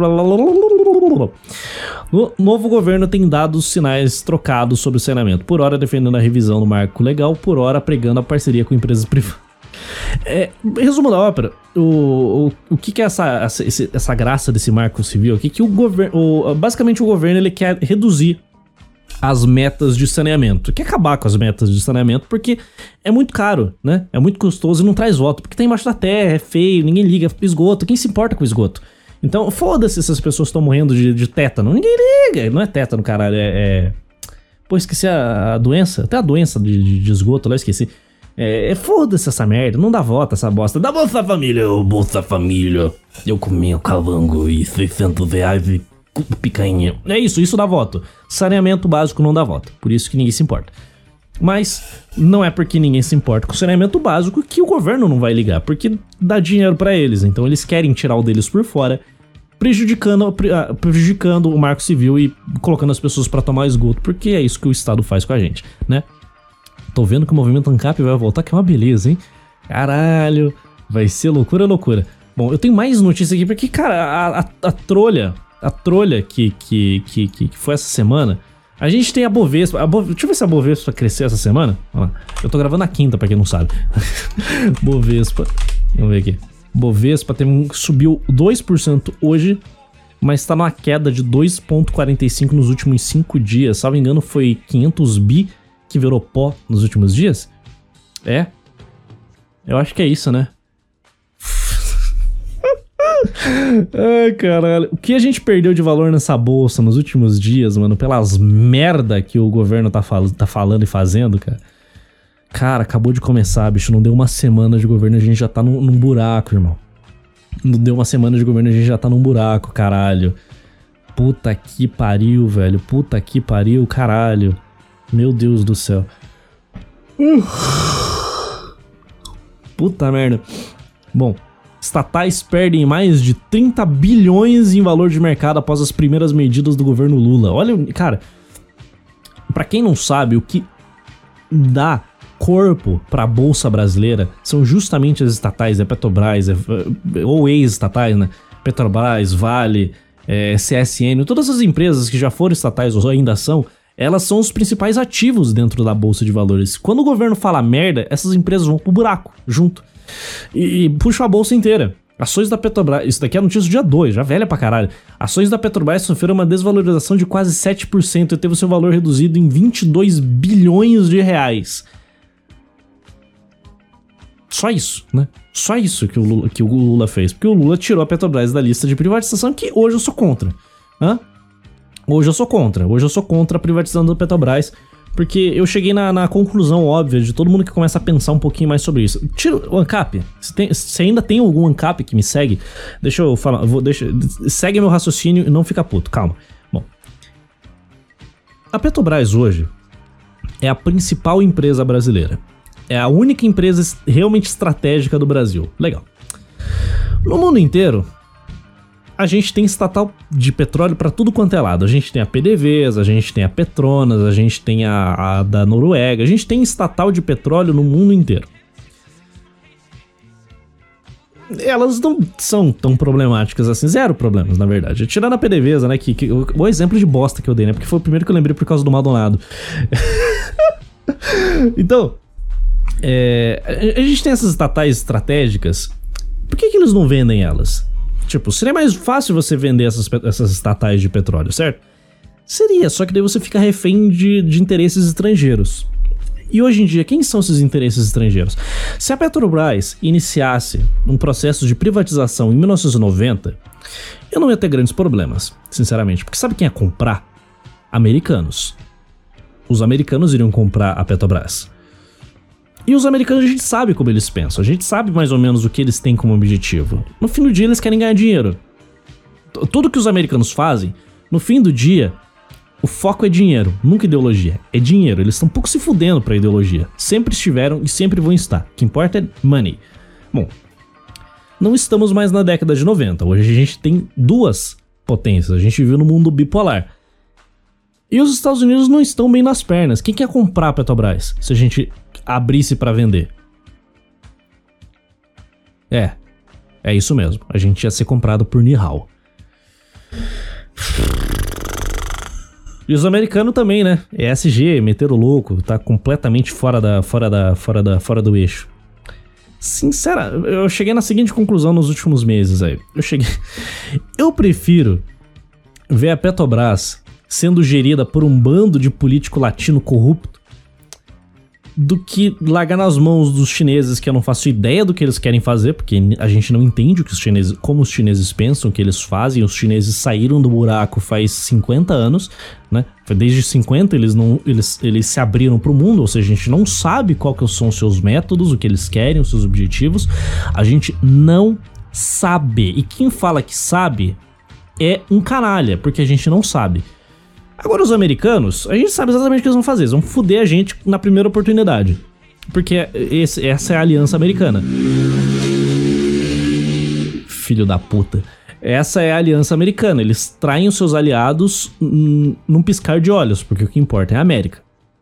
O novo governo tem dado sinais trocados sobre o saneamento, por hora defendendo a revisão do marco legal, por hora pregando a parceria com empresas privadas. Resumo da ópera, o que é essa graça desse marco civil? O que o governo, basicamente o governo ele quer reduzir as metas de saneamento, quer acabar com as metas de saneamento porque é muito caro, né? É muito custoso e não traz voto, porque tá embaixo da terra, é feio, ninguém liga pro esgoto, quem se importa com o esgoto? Então, foda-se se as pessoas estão morrendo de tétano. Ninguém liga. Não é tétano, caralho. Pô, esqueci a doença. Até a doença de esgoto lá, esqueci. Foda-se essa merda. Não dá voto essa bosta. Dá Bolsa Família, ô Bolsa Família. Eu comi o calango e R$600 e picanha. É isso dá voto. Saneamento básico não dá voto. Por isso que ninguém se importa. Mas não é porque ninguém se importa com o saneamento básico que o governo não vai ligar, porque dá dinheiro pra eles, então eles querem tirar o deles por fora prejudicando o marco civil e colocando as pessoas pra tomar esgoto, porque é isso que o Estado faz com a gente, né? Tô vendo que o movimento ANCAP vai voltar, que é uma beleza, hein? Caralho, vai ser loucura. Bom, eu tenho mais notícias aqui, porque, cara, a trolha que foi essa semana, a gente tem a Bovespa. Deixa eu ver se a Bovespa cresceu essa semana. Olha lá. Eu tô gravando na quinta, pra quem não sabe. Bovespa, vamos ver aqui. Bovespa subiu 2% hoje, mas tá numa queda de 2,45 nos últimos 5 dias. Salvo engano, foi 500 bi que virou pó nos últimos dias. É? Eu acho que é isso, né? Ai, caralho. O que a gente perdeu de valor nessa bolsa nos últimos dias, mano, pelas merda que o governo tá falando e fazendo, cara. Cara, acabou de começar, bicho. Não deu uma semana de governo, a gente já tá num buraco, irmão. Não deu uma semana de governo, a gente já tá num buraco, caralho. Puta que pariu, velho. Puta que pariu, caralho. Meu Deus do céu. Puta merda. Bom, estatais perdem mais de 30 bilhões em valor de mercado após as primeiras medidas do governo Lula. Olha, cara, pra quem não sabe, o que dá corpo pra bolsa brasileira são justamente as estatais, Petrobras, ou ex-estatais, né? Petrobras, Vale, CSN, todas as empresas que já foram estatais ou ainda são, elas são os principais ativos dentro da bolsa de valores. Quando o governo fala merda, essas empresas vão pro buraco junto e puxam a bolsa inteira. Ações da Petrobras, isso daqui é notícia do dia 2, já velha pra caralho. Ações da Petrobras sofreram uma desvalorização de quase 7% e teve seu valor reduzido em 22 bilhões de reais. Só isso, né? Só isso que o Lula fez. Porque o Lula tirou a Petrobras da lista de privatização, que hoje eu sou contra. Hoje eu sou contra a privatização da Petrobras. Porque eu cheguei na conclusão óbvia de todo mundo que começa a pensar um pouquinho mais sobre isso. Tira o ANCAP. Se ainda tem algum ANCAP que me segue, deixa eu falar. Segue meu raciocínio e não fica puto, calma. Bom, a Petrobras hoje é a principal empresa brasileira. É a única empresa realmente estratégica do Brasil. Legal. No mundo inteiro, a gente tem estatal de petróleo pra tudo quanto é lado. A gente tem a PDVSA, a gente tem a Petronas, a gente tem a da Noruega. A gente tem estatal de petróleo no mundo inteiro. Elas não são tão problemáticas assim. Zero problemas, na verdade. Tirando a PDVSA, né? O exemplo de bosta que eu dei, né? Porque foi o primeiro que eu lembrei por causa do Maldonado. Então... a gente tem essas estatais estratégicas. Por que eles não vendem elas? Tipo, seria mais fácil você vender essas estatais de petróleo, certo? Seria, só que daí você fica refém de interesses estrangeiros. E hoje em dia, quem são esses interesses estrangeiros? Se a Petrobras iniciasse um processo de privatização em 1990, eu não ia ter grandes problemas, sinceramente. Porque sabe quem ia comprar? Americanos. Os americanos iriam comprar a Petrobras. E os americanos, a gente sabe como eles pensam, a gente sabe mais ou menos o que eles têm como objetivo. No fim do dia, eles querem ganhar dinheiro. Tudo que os americanos fazem, no fim do dia, o foco é dinheiro, nunca ideologia. É dinheiro, eles estão um pouco se fudendo pra ideologia. Sempre estiveram e sempre vão estar. O que importa é money. Bom, não estamos mais na década de 90. Hoje a gente tem duas potências, a gente vive no mundo bipolar. E os Estados Unidos não estão bem nas pernas. Quem quer comprar a Petrobras se a gente abrisse pra vender? É isso mesmo. A gente ia ser comprado por Nihal. E os americanos também, né? ESG, meteram o louco, tá completamente fora do eixo. Sincera, eu cheguei na seguinte conclusão nos últimos meses aí. Eu prefiro ver a Petrobras sendo gerida por um bando de político latino corrupto do que largar nas mãos dos chineses, que eu não faço ideia do que eles querem fazer, porque a gente não entende como os chineses pensam, o que eles fazem. Os chineses saíram do buraco faz 50 anos, né? Desde 50 eles se abriram pro mundo, ou seja, a gente não sabe qual que são os seus métodos, o que eles querem, os seus objetivos. A gente não sabe. E quem fala que sabe é um canalha, porque a gente não sabe. Agora os americanos, a gente sabe exatamente o que eles vão fazer. Eles vão foder a gente na primeira oportunidade. Porque essa é a aliança americana. Filho da puta. Essa é a aliança americana. Eles traem os seus aliados num piscar de olhos, porque o que importa é a América.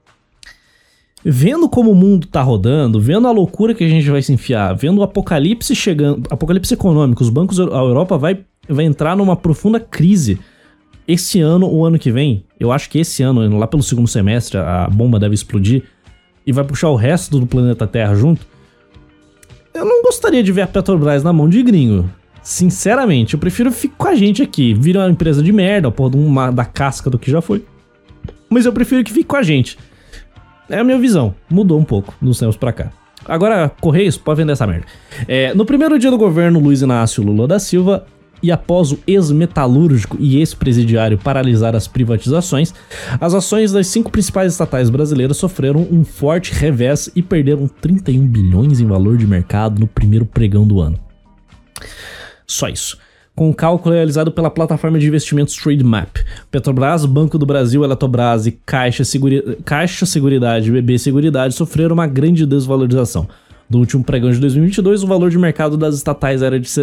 Vendo como o mundo tá rodando, vendo a loucura que a gente vai se enfiar, vendo o apocalipse chegando, apocalipse econômico, os bancos, a Europa vai entrar numa profunda crise. Esse ano, o ano que vem, eu acho que esse ano, lá pelo segundo semestre, a bomba deve explodir e vai puxar o resto do planeta Terra junto. Eu não gostaria de ver a Petrobras na mão de gringo. Sinceramente, eu prefiro ficar com a gente aqui. Vira uma empresa de merda, da casca do que já foi. Mas eu prefiro que fique com a gente. É a minha visão. Mudou um pouco dos tempos pra cá. Agora, Correios, pode vender essa merda. No primeiro dia do governo Luiz Inácio Lula da Silva, e após o ex-metalúrgico e ex-presidiário paralisar as privatizações, as ações das 5 principais estatais brasileiras sofreram um forte revés e perderam 31 bilhões em valor de mercado no primeiro pregão do ano. Só isso. Com o cálculo realizado pela plataforma de investimentos Trademap, Petrobras, Banco do Brasil, Eletrobras e Caixa Seguridade e BB Seguridade sofreram uma grande desvalorização. No último pregão de 2022, o valor de mercado das estatais era de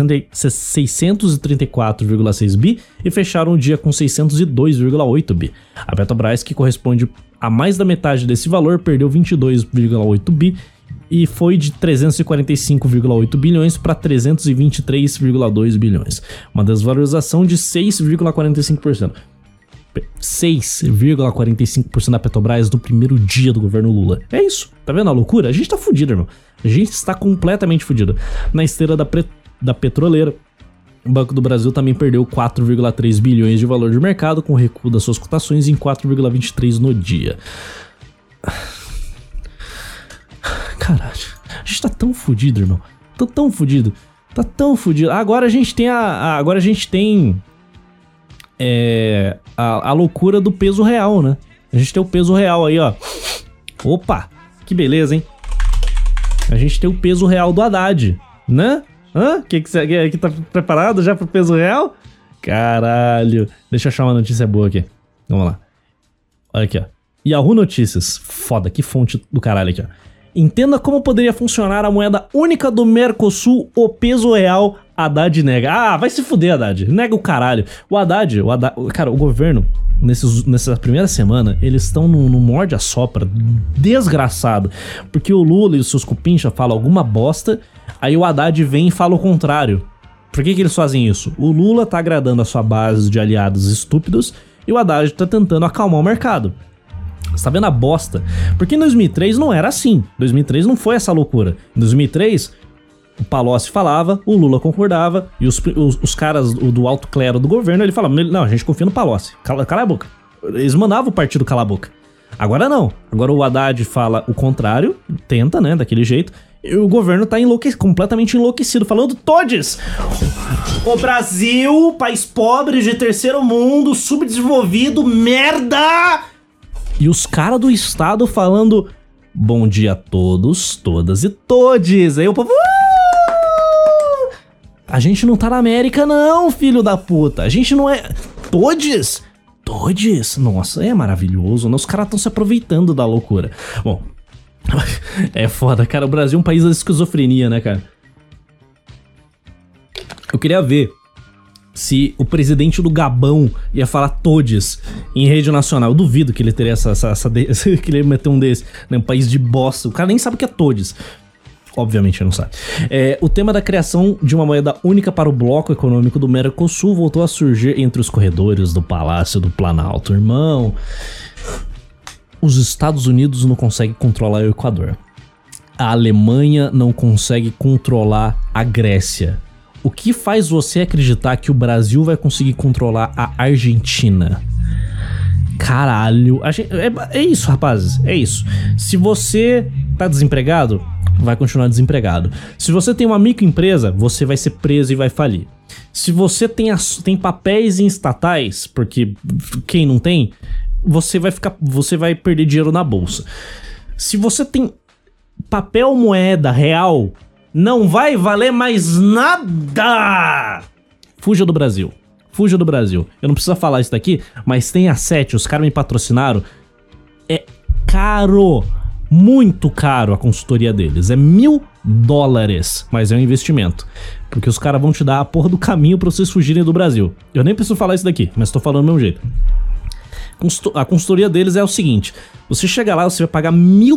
634,6 bi e fecharam o dia com 602,8 bi. A Petrobras, que corresponde a mais da metade desse valor, perdeu 22,8 bi e foi de 345,8 bilhões para 323,2 bilhões. Uma desvalorização de 6,45%. 6,45% da Petrobras no primeiro dia do governo Lula. É isso. Tá vendo a loucura? A gente tá fudido, irmão. A gente está completamente fudido. Na esteira da petroleira, o Banco do Brasil também perdeu 4,3 bilhões de valor de mercado, com o recuo das suas cotações em 4,23 no dia. Caralho, a gente tá tão fudido, irmão. Tô tão fudido. Tá tão fudido. Agora a gente tem agora a gente tem a loucura do peso real, né? A gente tem o peso real aí, ó. Opa, que beleza, hein? A gente tem o peso real do Haddad, né? Que você tá preparado já pro peso real? Caralho. Deixa eu achar uma notícia boa aqui. Vamos lá. Olha aqui, ó. Yahoo Notícias. Foda, que fonte do caralho aqui, ó. Entenda como poderia funcionar a moeda única do Mercosul, o peso real. Haddad nega. Ah, vai se fuder, Haddad. Nega o caralho. O Haddad, cara, o governo, nessa primeira semana, eles estão no morde-a-sopra desgraçado. Porque o Lula e os seus cupincha falam alguma bosta, aí o Haddad vem e fala o contrário. Por que eles fazem isso? O Lula tá agradando a sua base de aliados estúpidos e o Haddad tá tentando acalmar o mercado. Você tá vendo a bosta? Porque em 2003 não era assim. 2003 não foi essa loucura. Em 2003, o Palocci falava, o Lula concordava, e os caras do alto clero do governo, ele falava, não, a gente confia no Palocci, cala a boca. Eles mandavam o partido calar a boca. Agora não. Agora o Haddad fala o contrário, tenta, né, daquele jeito, e o governo tá completamente enlouquecido, falando todes. O Brasil, país pobre de terceiro mundo, subdesenvolvido, merda! E os caras do estado falando, bom dia a todos, todas e todes. Aí o povo... A gente não tá na América não, filho da puta. A gente não é... Todes? Todes? Nossa, é maravilhoso, né? Os caras estão se aproveitando da loucura. Bom, é foda, cara. O Brasil é um país da esquizofrenia, né, cara? Eu queria ver se o presidente do Gabão ia falar todes em rede nacional. Eu duvido que ele teria que ele ia meter um desse, né? Um país de bosta. O cara nem sabe o que é todes. Obviamente não sabe. O tema da criação de uma moeda única para o bloco econômico do Mercosul voltou a surgir entre os corredores do Palácio do Planalto. Irmão, os Estados Unidos não conseguem controlar o Equador. A Alemanha não consegue controlar a Grécia. O que faz você acreditar que o Brasil vai conseguir controlar a Argentina? Caralho. É isso, rapazes. É isso. Se você tá desempregado, vai continuar desempregado. Se você tem uma microempresa, você vai ser preso e vai falir. Se você tem papéis em estatais, porque quem não tem, você vai perder dinheiro na bolsa. Se você tem papel moeda real, não vai valer mais nada. Fuja do Brasil. Fuja do Brasil. Eu não preciso falar isso daqui, mas tem a 7, os caras me patrocinaram. É caro. Muito caro a consultoria deles. É $1.000 dólares, mas é um investimento. Porque os caras vão te dar a porra do caminho pra vocês fugirem do Brasil. Eu nem preciso falar isso daqui, mas tô falando do mesmo jeito. A consultoria deles é o seguinte: você chega lá, você vai pagar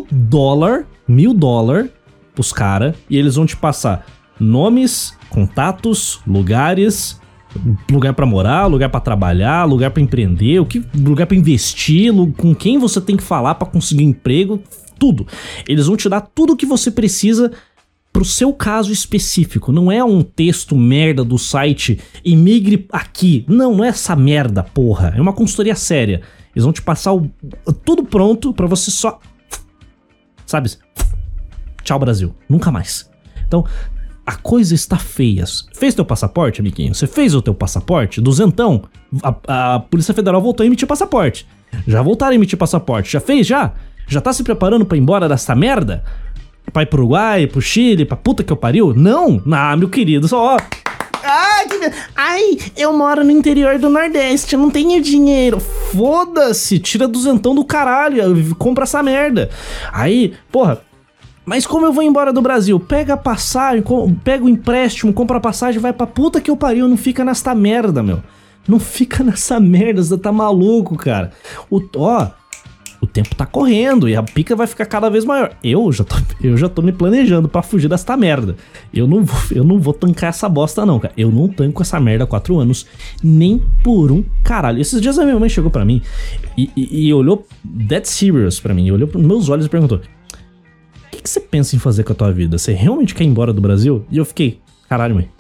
$1.000 pros caras, e eles vão te passar nomes, contatos, lugares, lugar pra morar, lugar pra trabalhar, lugar pra empreender, lugar pra investir, com quem você tem que falar pra conseguir emprego, tudo. Eles vão te dar tudo o que você precisa pro seu caso específico. Não é um texto merda do site Imigre Aqui. Não é essa merda, porra. É uma consultoria séria. Eles vão te passar tudo pronto pra você só... Sabe? Tchau, Brasil. Nunca mais. Então, a coisa está feia. Fez teu passaporte, amiguinho? Você fez o teu passaporte? Duzentão? A Polícia Federal voltou a emitir passaporte. Já voltaram a emitir passaporte. Já fez? Já? Já tá se preparando pra ir embora dessa merda? Pra ir pro Uruguai, pro Chile, pra puta que eu pariu? Não! Ah, meu querido, só... Ai, eu moro no interior do Nordeste, eu não tenho dinheiro. Foda-se, tira duzentão do caralho, compra essa merda. Aí, porra, mas como eu vou embora do Brasil? Pega a passagem, pega o empréstimo, compra a passagem, vai pra puta que eu pariu, não fica nessa merda, meu. Não fica nessa merda, você tá maluco, cara. O tempo tá correndo e a pica vai ficar cada vez maior. Eu já tô me planejando pra fugir desta merda. Eu não vou tancar essa bosta não, cara. Eu não tanco essa merda há 4 anos, nem por um caralho. Esses dias a minha mãe chegou pra mim e olhou dead serious pra mim. Olhou pros meus olhos e perguntou: o que você pensa em fazer com a tua vida? Você realmente quer ir embora do Brasil? E eu fiquei: caralho, mãe.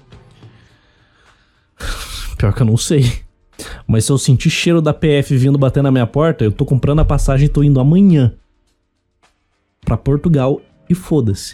Pior que eu não sei. Mas se eu sentir cheiro da PF vindo bater na minha porta, eu tô comprando a passagem e tô indo amanhã pra Portugal e foda-se.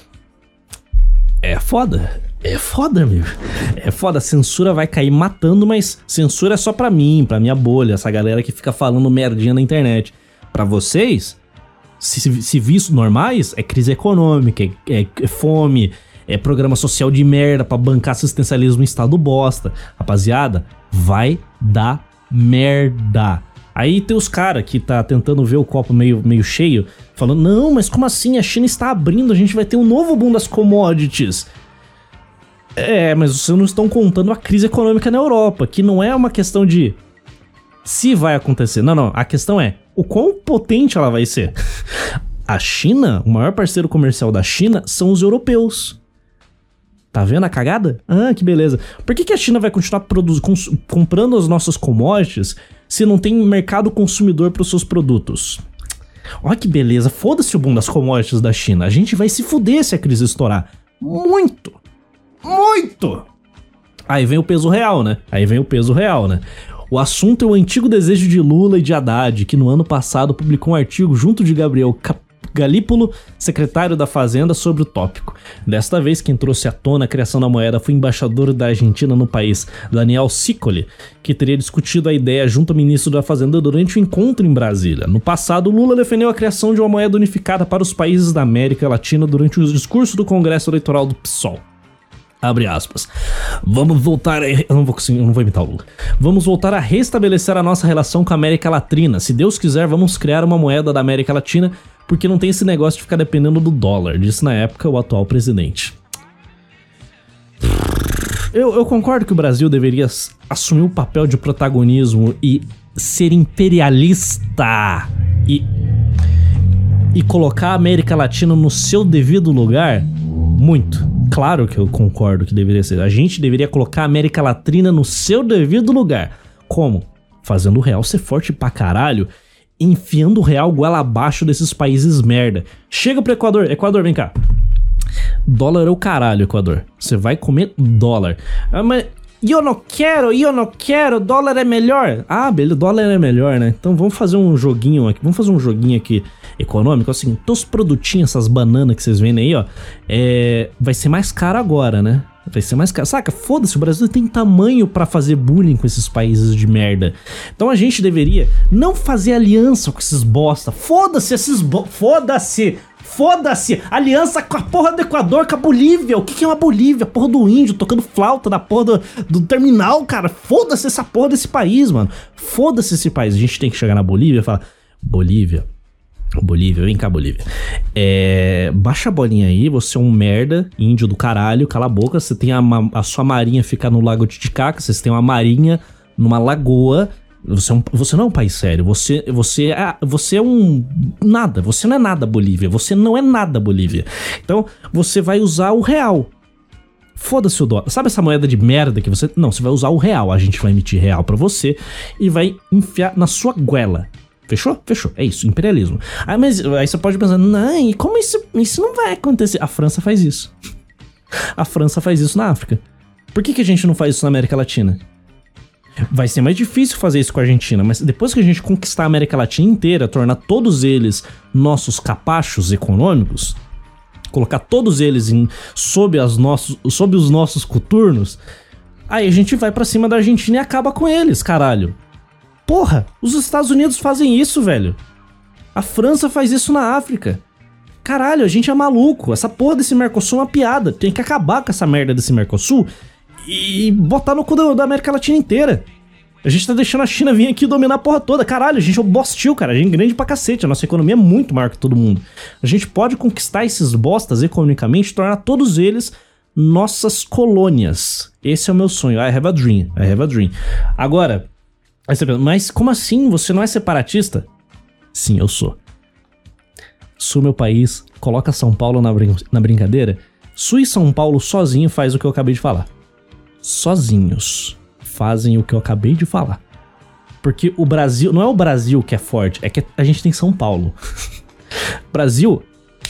É foda, amigo. É foda, a censura vai cair matando, mas censura é só pra mim, pra minha bolha, essa galera que fica falando merdinha na internet. Pra vocês, civis normais, é crise econômica, é fome, é programa social de merda pra bancar assistencialismo em estado bosta. Rapaziada, vai dar merda. Aí tem os caras que tá tentando ver o copo meio cheio, falando: não, mas como assim? A China está abrindo, a gente vai ter um novo boom das commodities. É, mas vocês não estão contando a crise econômica na Europa, que não é uma questão de se vai acontecer. Não, a questão é o quão potente ela vai ser. A China, o maior parceiro comercial da China são os europeus. Tá vendo a cagada? Ah, que beleza. Por que a China vai continuar comprando as nossas commodities se não tem mercado consumidor para os seus produtos? Olha que beleza. Foda-se o boom das commodities da China. A gente vai se fuder se a crise estourar. Muito. Muito. Aí vem o peso real, né? O assunto é o antigo desejo de Lula e de Haddad, que no ano passado publicou um artigo junto de Gabriel Galípolo, secretário da Fazenda, sobre o tópico. Desta vez, quem trouxe à tona a criação da moeda foi o embaixador da Argentina no país, Daniel Sicoli, que teria discutido a ideia junto ao ministro da Fazenda durante o encontro em Brasília. No passado, Lula defendeu a criação de uma moeda unificada para os países da América Latina durante o discurso do Congresso Eleitoral do PSOL. Abre aspas. Vamos voltar a... Eu não vou imitar o Lula. Vamos voltar a restabelecer a nossa relação com a América Latina. Se Deus quiser, vamos criar uma moeda da América Latina, porque não tem esse negócio de ficar dependendo do dólar, disse na época o atual presidente. Eu concordo que o Brasil deveria assumir o papel de protagonismo e ser imperialista e colocar a América Latina no seu devido lugar. Muito. Claro que eu concordo que deveria ser. A gente deveria colocar a América Latina no seu devido lugar. Como? Fazendo o real ser forte pra caralho, enfiando o real goela abaixo desses países merda. Chega pro Equador. Equador, vem cá. Dólar é o caralho, Equador. Você vai comer dólar. Ah, mas eu não quero, dólar é melhor. Ah, beleza, dólar é melhor, né? Então vamos fazer um joguinho aqui. Econômico, assim, todos os produtinhos, essas bananas que vocês vendem aí, ó, vai ser mais caro agora, né? Vai ser mais caro. Saca? Foda-se, o Brasil tem tamanho pra fazer bullying com esses países de merda. Então a gente deveria não fazer aliança com esses bosta. Foda-se esses Foda-se! Aliança com a porra do Equador, com a Bolívia. O que é uma Bolívia? Porra do índio tocando flauta na porra do terminal, cara. Foda-se essa porra desse país, mano. Foda-se esse país. A gente tem que chegar na Bolívia e falar: Bolívia, Bolívia, vem cá, Bolívia. Baixa a bolinha aí, você é um merda, índio do caralho, cala a boca. Você tem a sua marinha ficar no lago Titicaca, vocês têm uma marinha numa lagoa. Você não é um país sério, você é um nada, você não é nada, Bolívia. Você não é nada, Bolívia. Então, você vai usar o real. Foda-se o dólar. Sabe essa moeda de merda que você... Não, você vai usar o real. A gente vai emitir real pra você e vai enfiar na sua goela. Fechou? Fechou. É isso, imperialismo. Mas aí você pode pensar, não, e como isso não vai acontecer? A França faz isso. A França faz isso na África. Por que a gente não faz isso na América Latina? Vai ser mais difícil fazer isso com a Argentina, mas depois que a gente conquistar a América Latina inteira, tornar todos eles nossos capachos econômicos, colocar todos eles sob os nossos coturnos, aí a gente vai pra cima da Argentina e acaba com eles, caralho. Porra, os Estados Unidos fazem isso, velho. A França faz isso na África. Caralho, a gente é maluco. Essa porra desse Mercosul é uma piada. Tem que acabar com essa merda desse Mercosul e botar no cu da América Latina inteira. A gente tá deixando a China vir aqui dominar a porra toda. Caralho, a gente é um bostil, cara. A gente é grande pra cacete. A nossa economia é muito maior que todo mundo. A gente pode conquistar esses bostas economicamente e tornar todos eles nossas colônias. Esse é o meu sonho. I have a dream. I have a dream. Agora... Mas como assim? Você não é separatista? Sim, eu sou. Sul meu país, coloca São Paulo na brincadeira. Sul e São Paulo sozinho faz o que eu acabei de falar. Sozinhos fazem o que eu acabei de falar. Porque o Brasil, não é o Brasil que é forte, é que a gente tem São Paulo. Brasil,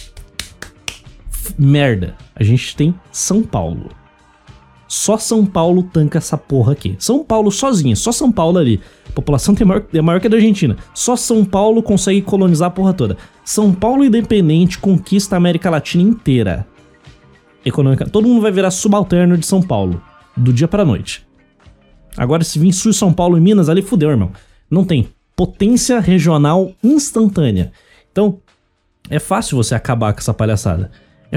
merda, a gente tem São Paulo. Só São Paulo tanca essa porra aqui. São Paulo sozinho, só São Paulo ali. A população é maior que a da Argentina. Só São Paulo consegue colonizar a porra toda. São Paulo independente conquista a América Latina inteira. Econômica. Todo mundo vai virar subalterno de São Paulo. Do dia pra noite. Agora se vir Sul, São Paulo e Minas, ali fudeu, irmão. Não tem potência regional instantânea. Então, é fácil você acabar com essa palhaçada.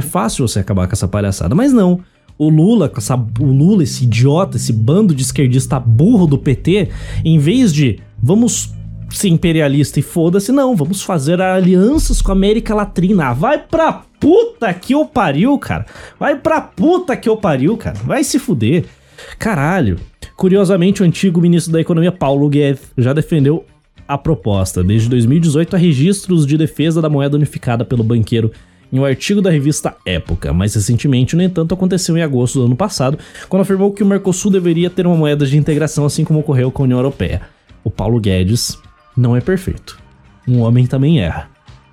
Mas não. O Lula, esse idiota, esse bando de esquerdista burro do PT, em vez de vamos ser imperialista e foda-se, não, vamos fazer alianças com a América Latina. Vai pra puta que eu pariu, cara. Vai se fuder. Caralho. Curiosamente, o antigo ministro da Economia, Paulo Guedes, já defendeu a proposta. Desde 2018, há registros de defesa da moeda unificada pelo banqueiro em um artigo da revista Época. Mais recentemente, no entanto, aconteceu em agosto do ano passado, quando afirmou que o Mercosul deveria ter uma moeda de integração, assim como ocorreu com a União Europeia. O Paulo Guedes não é perfeito. Um homem também erra.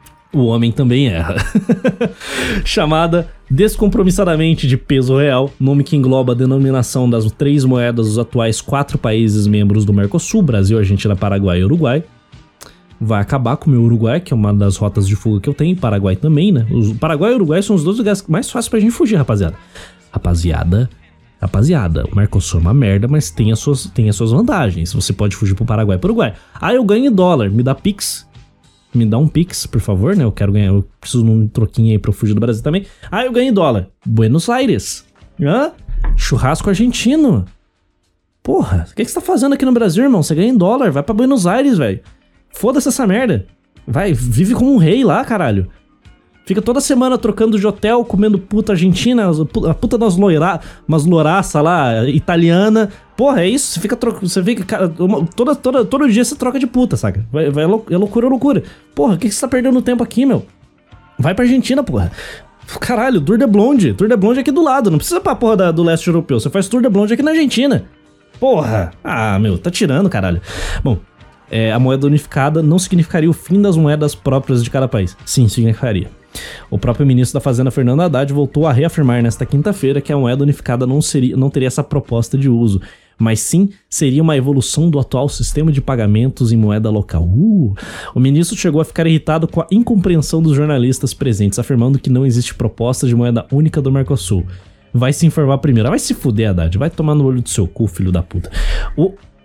Chamada descompromissadamente de peso real, nome que engloba a denominação das 3 moedas dos atuais 4 países membros do Mercosul, Brasil, Argentina, Paraguai e Uruguai. Vai acabar com o meu Uruguai, que é uma das rotas de fuga que eu tenho, Paraguai também, né? O Paraguai e o Uruguai são os 2 lugares mais fáceis pra gente fugir, rapaziada. Rapaziada, o Mercosul é uma merda, mas tem as suas vantagens. Você pode fugir pro Paraguai e pro Uruguai. Ah, eu ganho em dólar, me dá Pix. Me dá um Pix, por favor, né? Eu preciso de um troquinho aí pra eu fugir do Brasil também. Ah, eu ganho em dólar. Buenos Aires. Churrasco argentino. Porra, o que você tá fazendo aqui no Brasil, irmão? Você ganha em dólar, vai pra Buenos Aires, velho. Foda-se essa merda. Vai, vive como um rei lá, caralho. Fica toda semana trocando de hotel, comendo puta argentina, a puta das umas louraça lá, italiana. Porra, é isso, você fica todo dia você troca de puta, saca? É loucura. Porra, o que você tá perdendo tempo aqui, meu? Vai pra Argentina, porra. Caralho, Tour de Blonde é aqui do lado, não precisa pra porra do leste europeu, você faz Tour de Blonde aqui na Argentina. Porra, meu, tá tirando, caralho. Bom, a moeda unificada não significaria o fim das moedas próprias de cada país. Sim, significaria. O próprio ministro da Fazenda, Fernando Haddad, voltou a reafirmar nesta quinta-feira que a moeda unificada não teria essa proposta de uso, mas sim seria uma evolução do atual sistema de pagamentos em moeda local. O ministro chegou a ficar irritado com a incompreensão dos jornalistas presentes, afirmando que não existe proposta de moeda única do Mercosul. Vai se informar primeiro. Vai se fuder, Haddad. Vai tomar no olho do seu cu, filho da puta.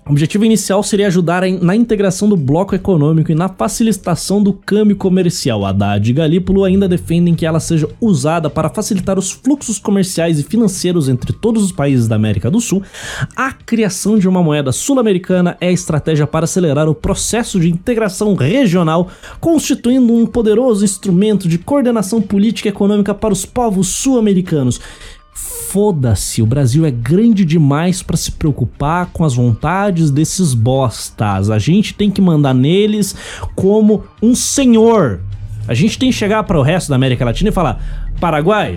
O objetivo inicial seria ajudar na integração do bloco econômico e na facilitação do câmbio comercial. Haddad e Galípolo ainda defendem que ela seja usada para facilitar os fluxos comerciais e financeiros entre todos os países da América do Sul. A criação de uma moeda sul-americana é a estratégia para acelerar o processo de integração regional, constituindo um poderoso instrumento de coordenação política e econômica para os povos sul-americanos. Foda-se, o Brasil é grande demais pra se preocupar com as vontades desses bostas. A gente tem que mandar neles como um senhor. A gente tem que chegar para o resto da América Latina e falar: Paraguai,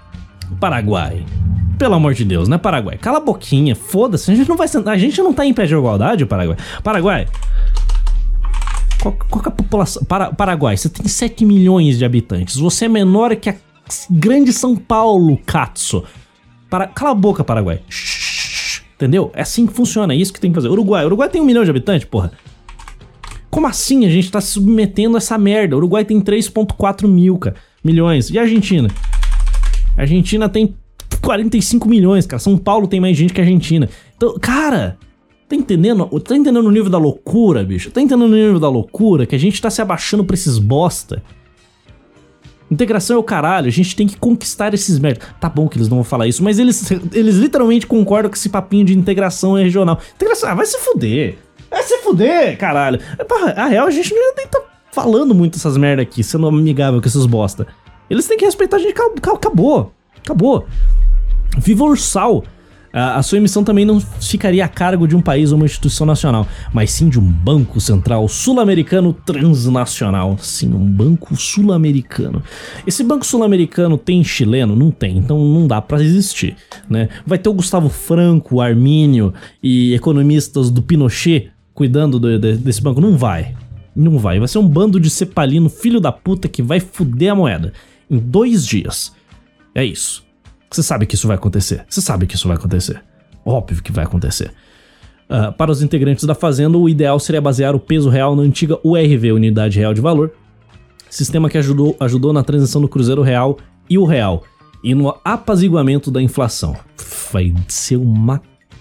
pelo amor de Deus, né, Paraguai? Cala a boquinha, foda-se, a gente não tá em pé de igualdade, Paraguai. Qual que é a população? Paraguai, você tem 7 milhões de habitantes, você é menor que a grande São Paulo, Katsu. Cala a boca, Paraguai. Entendeu? É assim que funciona, é isso que tem que fazer. Uruguai tem 1 milhão de habitantes, porra. Como assim a gente tá se submetendo a essa merda? O Uruguai tem 3,4 milhões. E a Argentina? A Argentina tem 45 milhões, cara. São Paulo tem mais gente que a Argentina. Então, cara, tá entendendo? Tá entendendo o nível da loucura, bicho? Tá entendendo o nível da loucura que a gente tá se abaixando pra esses bosta? Integração é o caralho, a gente tem que conquistar esses merda. Tá bom que eles não vão falar isso, mas eles literalmente concordam com esse papinho de integração regional. Integração, vai se fuder. Vai se fuder, caralho. A real, a gente não nem tá falando muito essas merda aqui, sendo amigável com esses bosta. Eles têm que respeitar a gente, acabou. Viva o Ursal. A sua emissão também não ficaria a cargo de um país ou uma instituição nacional, mas sim de um banco central sul-americano transnacional. Sim, um banco sul-americano. Esse banco sul-americano tem chileno? Não tem, então não dá pra existir, né? Vai ter o Gustavo Franco, o Armínio e economistas do Pinochet cuidando desse banco? Não vai. Vai ser um bando de cepalino filho da puta que vai fuder a moeda em 2 dias. É isso. Você sabe que isso vai acontecer. Óbvio que vai acontecer. Para os integrantes da Fazenda, o ideal seria basear o peso real na antiga URV, Unidade Real de Valor, sistema que ajudou na transição do Cruzeiro Real e o Real, e no apaziguamento da inflação. Vai ser uma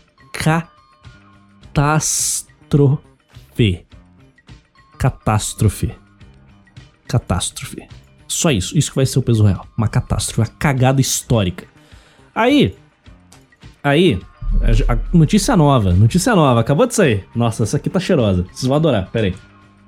catástrofe. Só isso que vai ser o peso real. Uma catástrofe, uma cagada histórica. Aí, a notícia nova, acabou de sair. Nossa, essa aqui tá cheirosa, vocês vão adorar, pera aí.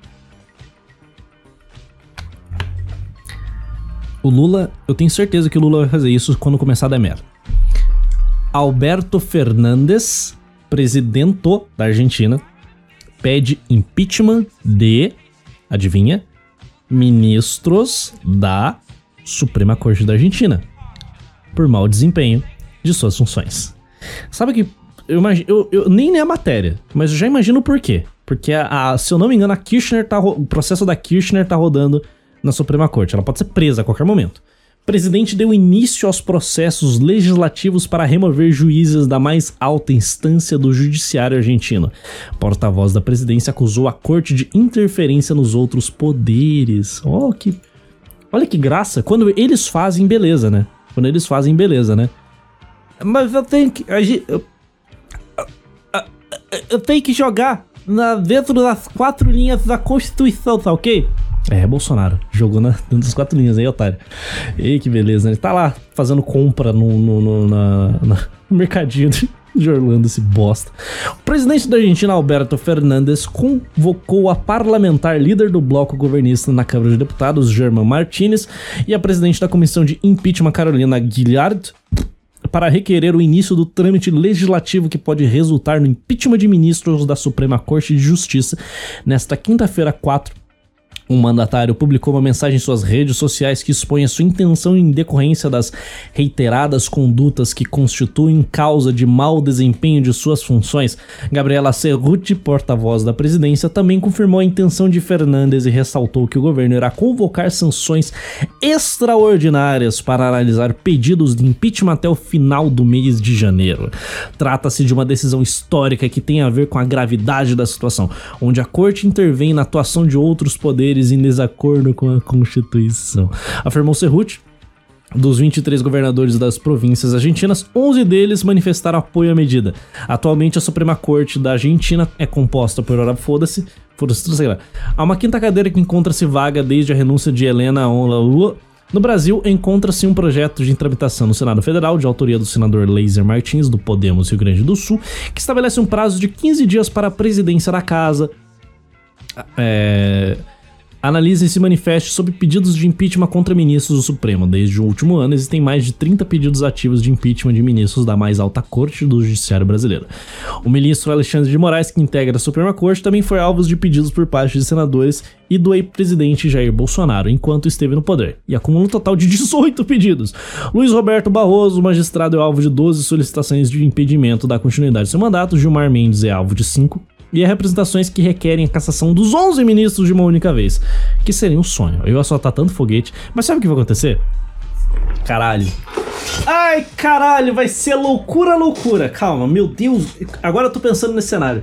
O Lula, eu tenho certeza que o Lula vai fazer isso quando começar a dar merda. Alberto Fernandes, presidente da Argentina, pede impeachment de, adivinha, ministros da Suprema Corte da Argentina por mau desempenho de suas funções. Sabe que eu nem li a matéria, mas eu já imagino por quê. Porque se eu não me engano, o processo da Kirchner tá rodando na Suprema Corte. Ela pode ser presa a qualquer momento. O presidente deu início aos processos legislativos para remover juízes da mais alta instância do judiciário argentino. O porta-voz da presidência acusou a corte de interferência nos outros poderes. Olha que graça. Quando eles fazem, beleza, né? Mas eu tenho que... Eu tenho que jogar dentro das 4 linhas da Constituição, tá ok? Bolsonaro jogou dentro das 4 linhas aí, otário. Ei, que beleza, né? Ele tá lá fazendo compra no mercadinho de Orlando, esse bosta. O presidente da Argentina, Alberto Fernandes, convocou a parlamentar líder do bloco governista na Câmara de Deputados, Germán Martínez, e a presidente da comissão de impeachment, Carolina Guillard, para requerer o início do trâmite legislativo que pode resultar no impeachment de ministros da Suprema Corte de Justiça. Nesta quinta-feira, 4, um mandatário publicou uma mensagem em suas redes sociais que expõe a sua intenção em decorrência das reiteradas condutas que constituem causa de mau desempenho de suas funções. Gabriela Cerruti, porta-voz da presidência, também confirmou a intenção de Fernandes e ressaltou que o governo irá convocar sanções extraordinárias para analisar pedidos de impeachment até o final do mês de janeiro. Trata-se de uma decisão histórica que tem a ver com a gravidade da situação, onde a corte intervém na atuação de outros poderes em desacordo com a Constituição, afirmou Cerruti. Dos 23 governadores das províncias argentinas, 11 deles manifestaram apoio à medida. Atualmente, a Suprema Corte da Argentina é composta por... Foda-se, sei lá. Há uma quinta cadeira que encontra-se vaga desde a renúncia de Helena Onlua. No Brasil, encontra-se um projeto de tramitação no Senado Federal, de autoria do senador Leiser Martins, do Podemos Rio Grande do Sul, que estabelece um prazo de 15 dias para a presidência da casa analise e se manifeste sobre pedidos de impeachment contra ministros do Supremo. Desde o último ano, existem mais de 30 pedidos ativos de impeachment de ministros da mais alta corte do judiciário brasileiro. O ministro Alexandre de Moraes, que integra a Suprema Corte, também foi alvo de pedidos por parte de senadores e do ex-presidente Jair Bolsonaro, enquanto esteve no poder, e acumula um total de 18 pedidos. Luiz Roberto Barroso, magistrado, é alvo de 12 solicitações de impedimento da continuidade de seu mandato. Gilmar Mendes é alvo de 5. E é representações que requerem a cassação dos 11 ministros de uma única vez. Que seria um sonho. Eu ia soltar tanto foguete. Mas sabe o que vai acontecer? Caralho. Ai, caralho, vai ser loucura, loucura. Calma, meu Deus. Agora eu tô pensando nesse cenário.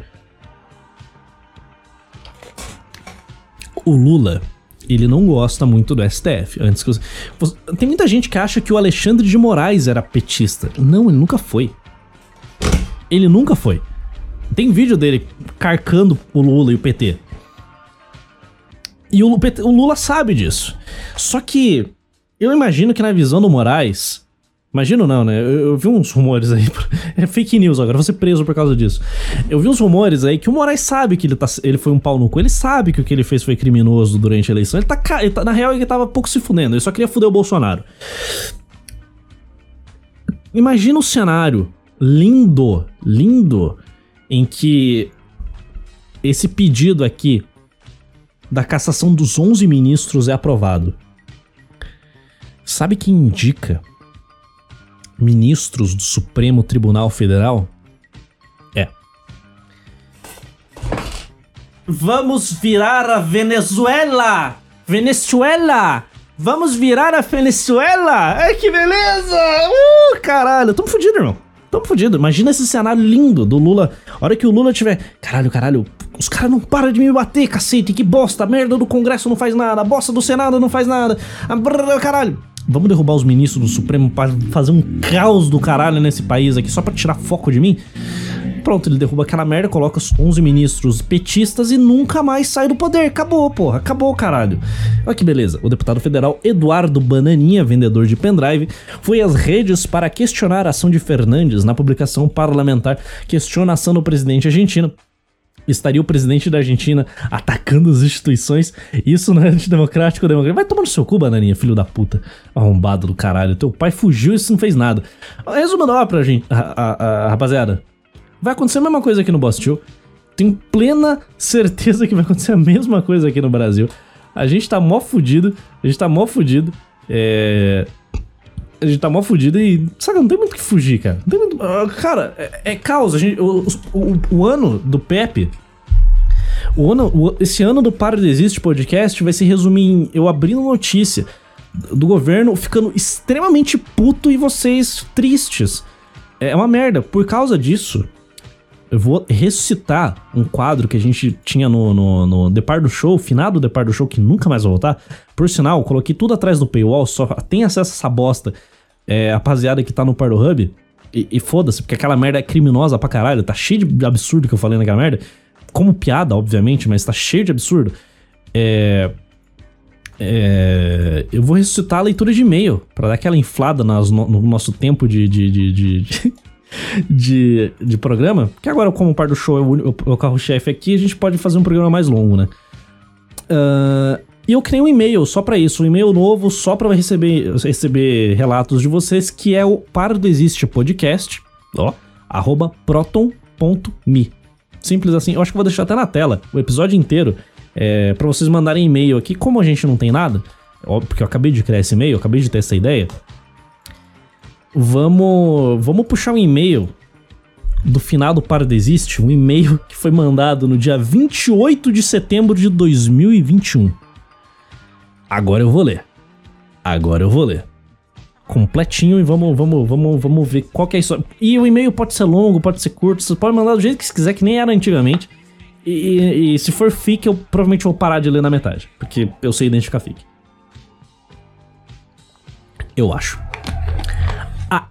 O Lula, ele não gosta muito do STF. Antes que tem muita gente que acha que o Alexandre de Moraes era petista. Não, ele nunca foi. Ele nunca foi. Tem vídeo dele carcando o Lula e o PT. E o Lula sabe disso. Só que eu imagino que na visão do Moraes... Imagino não, né? Eu vi uns rumores aí... É fake news agora, vou ser preso por causa disso. Eu vi uns rumores aí que o Moraes sabe que ele foi um pau no cu. Ele sabe que o que ele fez foi criminoso durante a eleição. Na real, ele tava pouco se fudendo. Ele só queria fuder o Bolsonaro. Imagina o cenário lindo, em que esse pedido aqui da cassação dos 11 ministros é aprovado. Sabe quem indica ministros do Supremo Tribunal Federal? Vamos virar a Venezuela! Vamos virar a Venezuela! Ai, que beleza! Caralho, tamo fudido, irmão. Tamo fudido. Imagina esse cenário lindo do Lula. A hora que o Lula tiver... Caralho, os caras não param de me bater, cacete. Que bosta, a merda do Congresso não faz nada. A bosta do Senado não faz nada. Caralho. Vamos derrubar os ministros do Supremo pra fazer um caos do caralho nesse país aqui, só pra tirar foco de mim? Pronto, ele derruba aquela merda, coloca os 11 ministros petistas e nunca mais sai do poder. Acabou, porra. Acabou, caralho. Olha que beleza. O deputado federal Eduardo Bananinha, vendedor de pendrive, foi às redes para questionar a ação de Fernandes na publicação parlamentar questiona a ação do presidente argentino. Estaria o presidente da Argentina atacando as instituições? Isso não é antidemocrático ou democrático? Vai tomar no seu cu, Bananinha, filho da puta. Arrombado do caralho. Teu pai fugiu e isso não fez nada. Resumo da ópera, gente. Rapaziada. Vai acontecer a mesma coisa aqui no Bostil. Tenho plena certeza que vai acontecer a mesma coisa aqui no Brasil. A gente tá mó fudido. A gente tá mó fudido e... Sabe, não tem muito o que fugir, cara. Não tem muito... Cara, é caos. O ano do Pepe... Esse ano do Para de Existe podcast vai se resumir em eu abrindo notícia do governo ficando extremamente puto e vocês tristes. É uma merda. Por causa disso... Eu vou ressuscitar um quadro que a gente tinha no Depar do Show, finado Depar do Show, que nunca mais vai voltar. Por sinal, coloquei tudo atrás do paywall, só tem acesso a essa bosta. Rapaziada que tá no Pardo Hub. E foda-se, porque aquela merda é criminosa pra caralho. Tá cheio de absurdo que eu falei naquela merda. Como piada, obviamente, mas tá cheio de absurdo. Eu vou ressuscitar a leitura de e-mail, pra dar aquela inflada no nosso tempo de programa, porque agora como o Par do Show é o carro-chefe aqui, a gente pode fazer um programa mais longo, né? E eu criei um e-mail só pra isso, um e-mail novo só pra receber relatos de vocês, que é o Para do Existe Podcast, @proton.me. Simples assim, eu acho que vou deixar até na tela o episódio inteiro, pra vocês mandarem e-mail aqui. Como a gente não tem nada, porque eu acabei de criar esse e-mail, eu acabei de ter essa ideia, Vamos puxar um e-mail do finado Para de Existe, um e-mail que foi mandado no dia 28 de setembro de 2021. Agora eu vou ler. Completinho e vamos ver qual que é isso. E o e-mail pode ser longo, pode ser curto, você pode mandar do jeito que você quiser, que nem era antigamente. E se for fic, eu provavelmente vou parar de ler na metade, porque eu sei identificar fic. Eu acho. A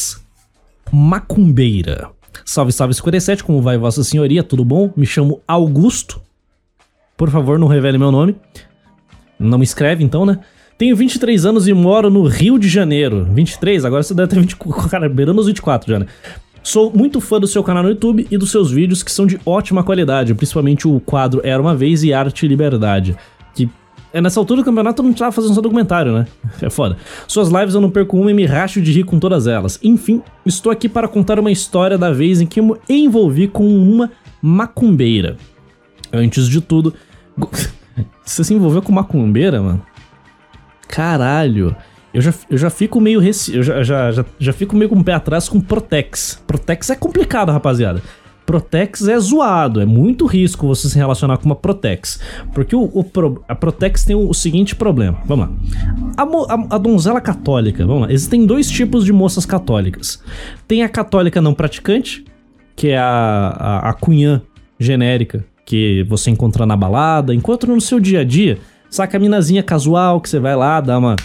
ex-macumbeira. Salve, salve 57, como vai vossa senhoria? Tudo bom? Me chamo Augusto. Por favor, não revele meu nome. Não me escreve então, né? Tenho 23 anos e moro no Rio de Janeiro. 23? Agora você deve ter 24, cara, beirando os 24 já, né? Sou muito fã do seu canal no YouTube e dos seus vídeos que são de ótima qualidade, principalmente o quadro Era Uma Vez e Arte e Liberdade, que nessa altura do campeonato eu não tava fazendo só documentário, né? É foda. Suas lives eu não perco uma e me racho de rir com todas elas. Enfim, estou aqui para contar uma história da vez em que me envolvi com uma macumbeira. Antes de tudo... Você se envolveu com macumbeira, mano? Caralho... Eu já fico meio já fico meio com o pé atrás com Protex. Protex é complicado, rapaziada. Protex é zoado, é muito risco você se relacionar com uma Protex. Porque a Protex tem o seguinte problema. Vamos lá. A donzela católica, vamos lá. Existem dois tipos de moças católicas. Tem a católica não praticante, que é a cunhã genérica, que você encontra na balada, encontra no seu dia a dia. Saca a minazinha casual, que você vai lá, dá uma...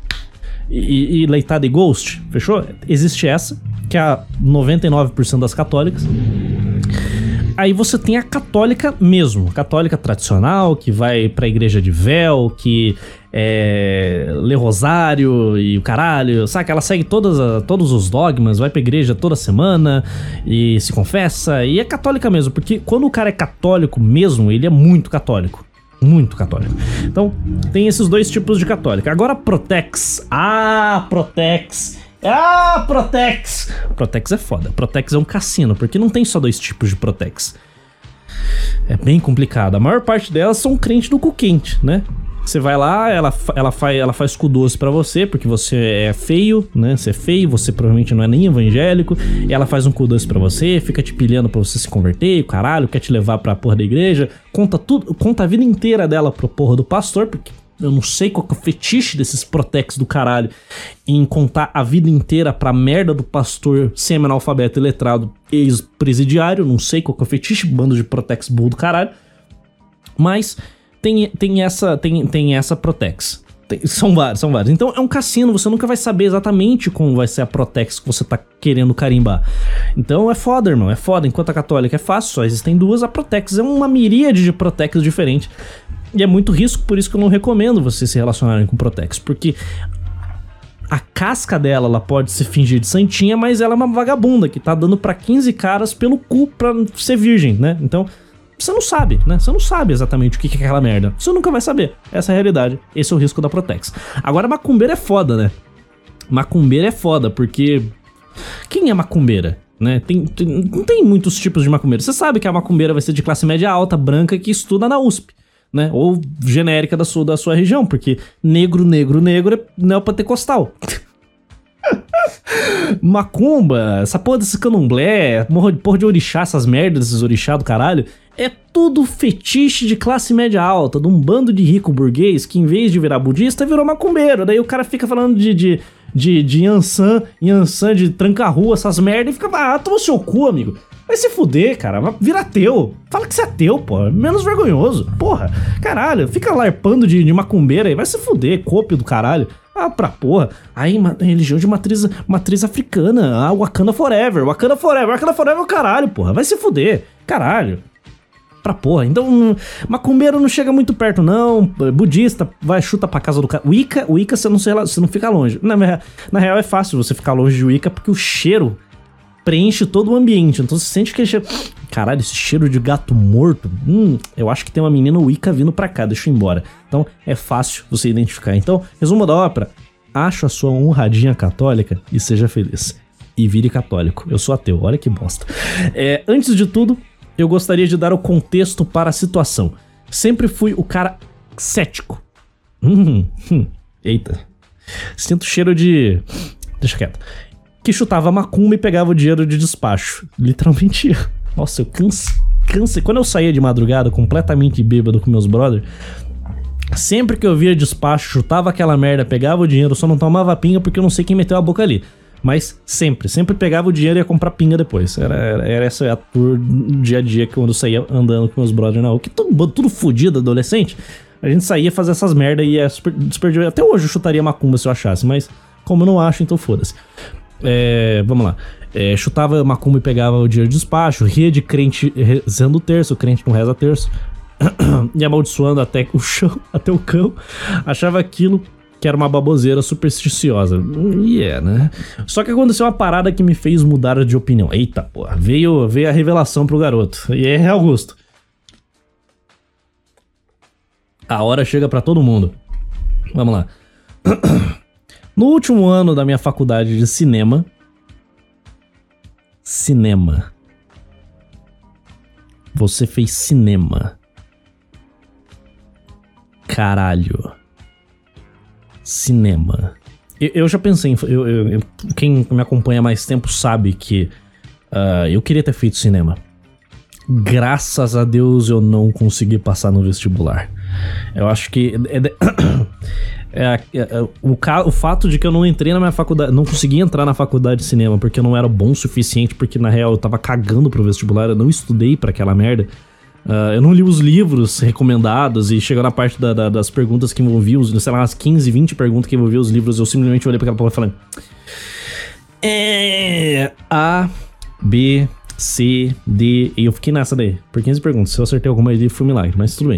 E leitada e ghost, fechou? Existe essa, que é a 99% das católicas. Aí você tem a católica mesmo, católica tradicional, que vai pra igreja de véu, que lê rosário e o caralho, sabe? Ela segue todos os dogmas, vai pra igreja toda semana e se confessa, e é católica mesmo, porque quando o cara é católico mesmo, ele é muito católico. Muito católico. Então, tem esses dois tipos de católica. Agora, Protex. Protex. Protex. Protex é foda. Protex é um cassino, porque não tem só dois tipos de Protex. É bem complicado. A maior parte delas são crentes do cu quente, né? Você vai lá, ela faz cu doce pra você, porque você é feio, né? Você é feio, você provavelmente não é nem evangélico. E ela faz um cu doce pra você, fica te pilhando pra você se converter, o caralho, quer te levar pra porra da igreja. Conta a vida inteira dela pro porra do pastor, porque eu não sei qual que é o fetiche desses Protex do caralho em contar a vida inteira pra merda do pastor semi-analfabeto e letrado ex-presidiário. Não sei qual que é o fetiche, bando de Protex burro do caralho. Mas... Tem essa Protex. São vários. Então é um cassino, você nunca vai saber exatamente como vai ser a Protex que você tá querendo carimbar. Então é foda, irmão, é foda. Enquanto a católica é fácil, só existem duas, a Protex é uma miríade de Protex diferentes. E é muito risco, por isso que eu não recomendo vocês se relacionarem com Protex, porque a casca dela, ela pode se fingir de santinha, mas ela é uma vagabunda que tá dando pra 15 caras pelo cu pra ser virgem, né? Então... Você não sabe, né? Você não sabe exatamente o que é aquela merda. Você nunca vai saber. Essa é a realidade. Esse é o risco da Protex. Agora, macumbeira é foda, né? Macumbeira é foda, porque... Quem é macumbeira, né? Não tem muitos tipos de macumbeira. Você sabe que a macumbeira vai ser de classe média alta, branca, que estuda na USP, né? Ou genérica da sua região, porque negro é neopentecostal. Macumba, essa porra desse candomblé, porra de orixá, essas merdas desses orixá do caralho, é tudo fetiche de classe média alta, de um bando de rico burguês que em vez de virar budista, virou macumbeiro. Daí o cara fica falando de Yansan, de tranca-rua, essas merdas, e fica, toma o seu cu, amigo. Vai se fuder, cara, vira ateu. Fala que você é ateu, pô, menos vergonhoso. Porra, caralho, fica larpando de macumbeira aí, vai se fuder, cópio do caralho. Pra porra. Aí, religião de matriz africana. Wakanda Forever é o caralho, porra. Vai se fuder. Caralho. Pra porra. Então, macumbeiro não chega muito perto, não. Budista, vai, chuta pra casa do cara. Wicca você não fica longe. Na real, é fácil você ficar longe de Wicca, porque o cheiro preenche todo o ambiente. Então, você sente aquele cheiro... Caralho, esse cheiro de gato morto. Eu acho que tem uma menina Wicca vindo pra cá, deixa eu ir embora. Então, é fácil você identificar. Então, resumo da ópera. Acho a sua honradinha católica e seja feliz. E vire católico. Eu sou ateu, olha que bosta. Antes de tudo, eu gostaria de dar o contexto para a situação. Sempre fui o cara cético. Eita. Sinto cheiro de... Deixa quieto. Que chutava macumba e pegava o dinheiro de despacho. Literalmente. Nossa, eu cansei. Quando eu saía de madrugada completamente bêbado com meus brothers, sempre que eu via despacho, chutava aquela merda, pegava o dinheiro, só não tomava pinga porque eu não sei quem meteu a boca ali. Mas sempre pegava o dinheiro e ia comprar pinga depois. Era essa a tour do dia a dia quando eu saía andando com meus brothers na rua. Que tudo fodido, adolescente. A gente saía fazer essas merda e ia desperdiçar. Até hoje eu chutaria macumba se eu achasse, mas como eu não acho, então foda-se. Vamos lá. Chutava macumba e pegava o dinheiro de despacho, ria de crente rezando o terço, o crente não reza terço, e amaldiçoando até o cão, achava aquilo que era uma baboseira supersticiosa. Né? Só que aconteceu uma parada que me fez mudar de opinião. Eita, porra, veio a revelação pro garoto. E Augusto. A hora chega pra todo mundo. Vamos lá. No último ano da minha faculdade de cinema. Você fez cinema. Caralho. Cinema. Eu já pensei em... quem me acompanha há mais tempo sabe que eu queria ter feito cinema. Graças a Deus eu não consegui passar no vestibular. Eu acho que... o fato de que eu não entrei na minha faculdade... Não consegui entrar na faculdade de cinema porque eu não era bom o suficiente, porque na real eu tava cagando pro vestibular, eu não estudei pra aquela merda. Eu não li os livros recomendados e chegou na parte das perguntas que envolviam, sei lá, umas 15, 20 perguntas que envolviam os livros, eu simplesmente olhei pra aquela porra e falei... A, B, C, D... E eu fiquei nessa daí, por 15 perguntas. Se eu acertei alguma aí, foi um milagre, mas tudo bem.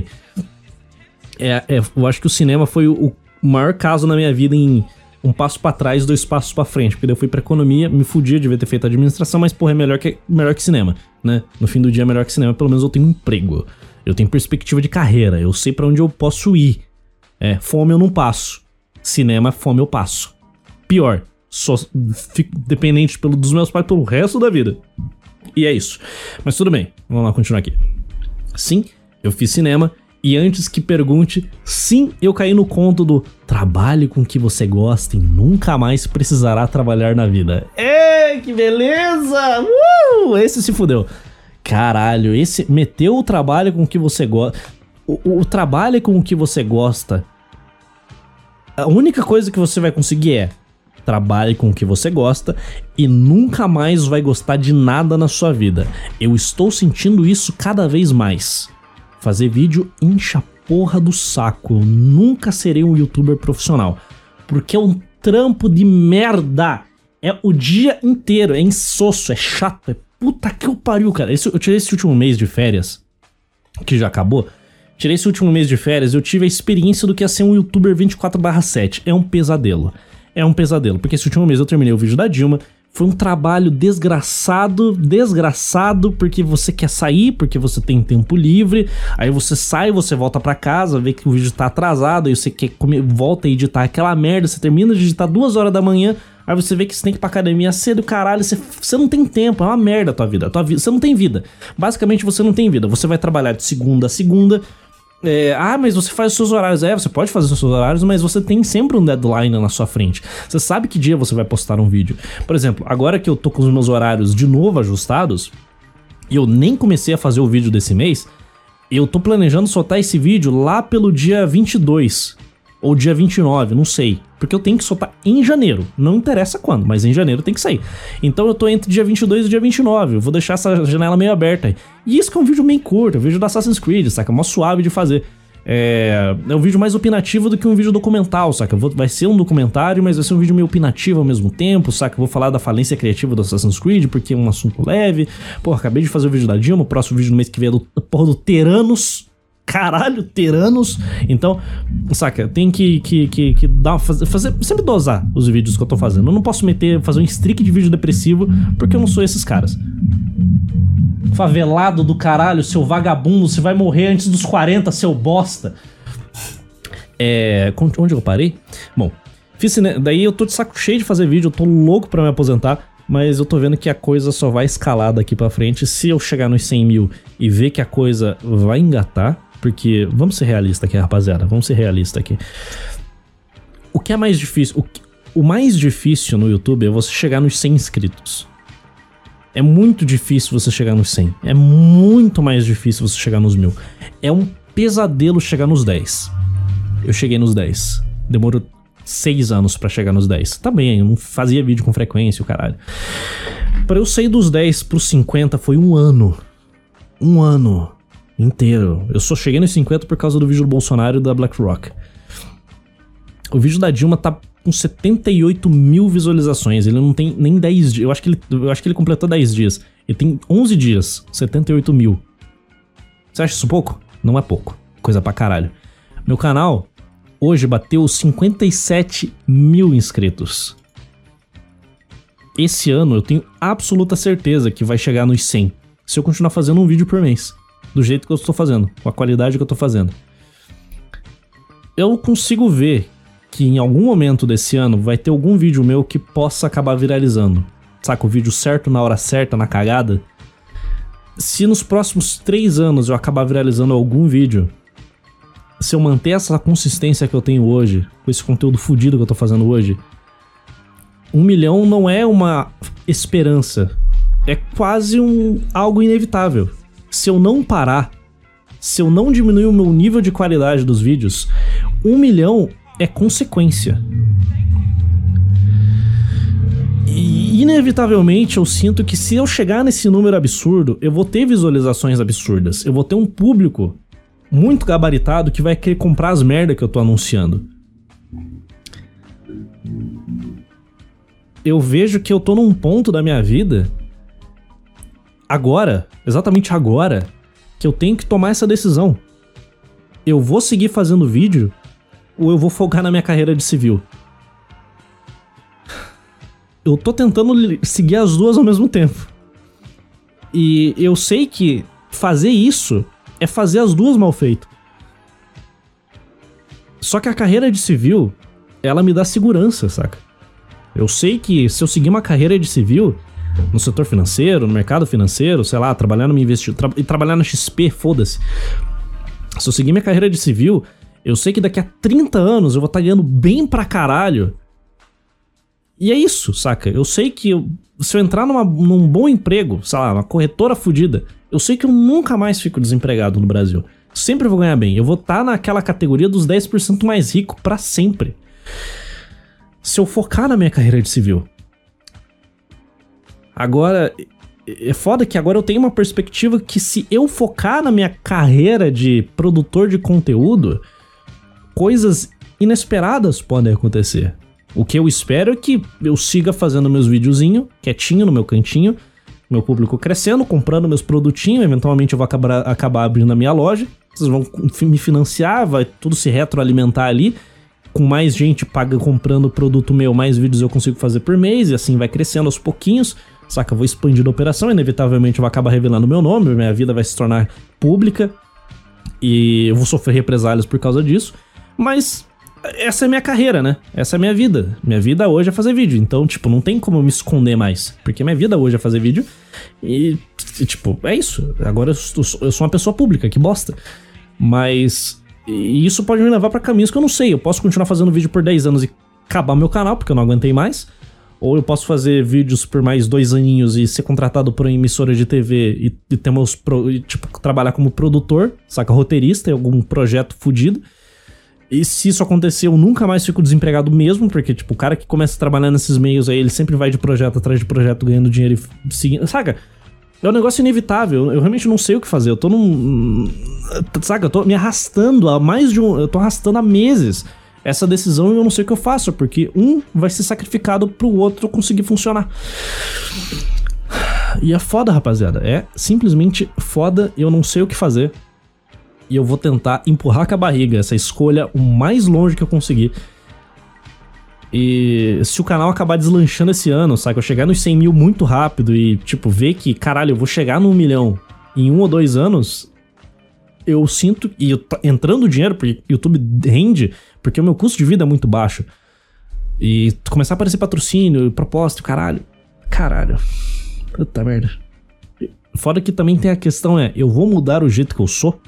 Eu acho que o cinema foi o maior caso na minha vida em um passo pra trás, 2 passos pra frente. Porque daí eu fui pra economia, me fudia, devia ter feito administração, mas porra, é melhor que cinema, né? No fim do dia é melhor que cinema, pelo menos eu tenho um emprego. Eu tenho perspectiva de carreira, eu sei pra onde eu posso ir. Fome eu não passo. Cinema, fome eu passo. Pior, só fico dependente dos meus pais pelo resto da vida. E é isso. Mas tudo bem, vamos lá continuar aqui. Sim, eu fiz cinema. E antes que pergunte, sim, eu caí no conto do trabalhe com o que você gosta e nunca mais precisará trabalhar na vida. Que beleza! Esse se fudeu. Caralho, esse meteu o trabalho com o que você gosta. O trabalho com o que você gosta. A única coisa que você vai conseguir trabalhe com o que você gosta e nunca mais vai gostar de nada na sua vida. Eu estou sentindo isso cada vez mais. Fazer vídeo enche a porra do saco. Eu nunca serei um youtuber profissional. Porque é um trampo de merda. É o dia inteiro. É insosso, é chato. É puta que eu pariu, cara. Eu tirei esse último mês de férias, que já acabou. Tirei esse último mês de férias e eu tive a experiência do que é ser um youtuber 24/7. É um pesadelo. Porque esse último mês eu terminei o vídeo da Dilma. Foi um trabalho desgraçado, porque você quer sair, porque você tem tempo livre, aí você sai, você volta pra casa, vê que o vídeo tá atrasado, aí você quer volta a editar aquela merda, você termina de editar 2 horas da manhã, aí você vê que você tem que ir pra academia cedo, caralho, você não tem tempo, é uma merda a tua vida, você não tem vida. Basicamente você não tem vida, você vai trabalhar de segunda a segunda. Mas você faz os seus horários. Você pode fazer os seus horários, mas você tem sempre um deadline na sua frente. Você sabe que dia você vai postar um vídeo. Por exemplo, agora que eu tô com os meus horários de novo ajustados, e eu nem comecei a fazer o vídeo desse mês, eu tô planejando soltar esse vídeo lá pelo dia 22 ou dia 29, não sei. Porque eu tenho que soltar em janeiro. Não interessa quando, mas em janeiro tem que sair. Então eu tô entre dia 22 e dia 29. Eu vou deixar essa janela meio aberta aí. E isso que é um vídeo bem curto, é um vídeo da Assassin's Creed, saca? Mó suave de fazer. É um vídeo mais opinativo do que um vídeo documental, saca? Vai ser um documentário, mas vai ser um vídeo meio opinativo ao mesmo tempo, saca? Eu vou falar da falência criativa do Assassin's Creed, porque é um assunto leve. Porra, acabei de fazer o vídeo da Dilma, o próximo vídeo do mês que vem é do Teranos. Caralho, Teranos. Então, saca, tem que fazer, sempre dosar os vídeos que eu tô fazendo. Eu não posso fazer um streak de vídeo depressivo, porque eu não sou esses caras. Favelado do caralho, seu vagabundo, você vai morrer antes dos 40, seu bosta. Onde eu parei? Bom, daí eu tô de saco cheio de fazer vídeo, eu tô louco pra me aposentar, mas eu tô vendo que a coisa só vai escalar daqui pra frente. Se eu chegar nos 100 mil e ver que a coisa vai engatar, porque, vamos ser realistas aqui, rapaziada, vamos ser realistas aqui. O que é mais difícil? O mais difícil no YouTube é você chegar nos 100 inscritos. É muito difícil você chegar nos 100. É muito mais difícil você chegar nos 1000. É um pesadelo chegar nos 10. Eu cheguei nos 10. Demorou 6 anos pra chegar nos 10. Tá bem, eu não fazia vídeo com frequência, o caralho. Pra eu sair dos 10 pros 50 foi um ano. Um ano inteiro. Eu só cheguei nos 50 por causa do vídeo do Bolsonaro e da BlackRock. O vídeo da Dilma tá com 78 mil visualizações. Ele não tem nem 10 dias. Eu acho que ele completou 10 dias. Ele tem 11 dias, 78 mil. Você acha isso pouco? Não é pouco. Coisa pra caralho. Meu canal hoje bateu 57 mil inscritos. Esse ano eu tenho absoluta certeza que vai chegar nos 100. Se eu continuar fazendo um vídeo por mês. Do jeito que eu estou fazendo. Com a qualidade que eu estou fazendo. Eu consigo ver que em algum momento desse ano vai ter algum vídeo meu que possa acabar viralizando. Saca? O vídeo certo, na hora certa, na cagada. Se nos próximos 3 anos eu acabar viralizando algum vídeo, se eu manter essa consistência que eu tenho hoje, com esse conteúdo fudido que eu tô fazendo hoje, 1 milhão não é uma esperança, é quase algo inevitável. Se eu não parar, se eu não diminuir o meu nível de qualidade dos vídeos, 1 milhão é consequência. E inevitavelmente eu sinto que se eu chegar nesse número absurdo, eu vou ter visualizações absurdas, eu vou ter um público muito gabaritado que vai querer comprar as merda que eu tô anunciando. Eu vejo que eu tô num ponto da minha vida, agora, exatamente agora, que eu tenho que tomar essa decisão. Eu vou seguir fazendo vídeo ou eu vou focar na minha carreira de civil? Eu tô tentando seguir as duas ao mesmo tempo. E eu sei que fazer isso é fazer as duas mal feito. Só que a carreira de civil, ela me dá segurança, saca? Eu sei que se eu seguir uma carreira de civil, no setor financeiro, no mercado financeiro, sei lá, trabalhar numa e trabalhar na XP, foda-se. Se eu seguir minha carreira de civil, eu sei que daqui a 30 anos eu vou estar ganhando bem pra caralho. E é isso, saca? Eu sei que se eu entrar num bom emprego, sei lá, uma corretora fodida, eu sei que eu nunca mais fico desempregado no Brasil. Sempre vou ganhar bem. Eu vou estar naquela categoria dos 10% mais ricos pra sempre. Se eu focar na minha carreira de civil. Agora, é foda que agora eu tenho uma perspectiva que se eu focar na minha carreira de produtor de conteúdo, coisas inesperadas podem acontecer. O que eu espero é que eu siga fazendo meus videozinhos, quietinho no meu cantinho, meu público crescendo, comprando meus produtinhos, eventualmente eu vou acabar abrindo a minha loja, vocês vão me financiar, vai tudo se retroalimentar ali, com mais gente comprando produto meu, mais vídeos eu consigo fazer por mês, e assim vai crescendo aos pouquinhos, saca? Eu vou expandindo a operação, inevitavelmente eu vou acabar revelando meu nome, minha vida vai se tornar pública, e eu vou sofrer represálias por causa disso, mas essa é minha carreira, né? Essa é minha vida. Minha vida hoje é fazer vídeo. Então, tipo, não tem como eu me esconder mais. Porque minha vida hoje é fazer vídeo. E tipo, é isso. Agora eu sou uma pessoa pública, que bosta. Mas isso pode me levar pra caminhos que eu não sei. Eu posso continuar fazendo vídeo por 10 anos e acabar meu canal, porque eu não aguentei mais. Ou eu posso fazer vídeos por mais 2 aninhos e ser contratado por uma emissora de TV e ter tipo, trabalhar como produtor, saca? Roteirista em algum projeto fudido. E se isso acontecer, eu nunca mais fico desempregado mesmo, porque, tipo, o cara que começa a trabalhar nesses meios aí, ele sempre vai de projeto atrás de projeto, ganhando dinheiro e seguindo, saca? É um negócio inevitável, eu realmente não sei o que fazer, eu tô saca? Eu tô me arrastando eu tô arrastando há meses essa decisão e eu não sei o que eu faço, porque um vai ser sacrificado pro outro conseguir funcionar. E é foda, rapaziada, é simplesmente foda, eu não sei o que fazer. E eu vou tentar empurrar com a barriga essa escolha o mais longe que eu conseguir. E se o canal acabar deslanchando esse ano, sabe? Eu chegar nos 100 mil muito rápido e, tipo, ver que, caralho, eu vou chegar no 1 milhão em 1 ou 2 anos, eu sinto... E entrando dinheiro, porque o YouTube rende, porque o meu custo de vida é muito baixo. E começar a aparecer patrocínio, propósito, caralho. Puta merda. Fora que também tem a questão eu vou mudar o jeito que eu sou?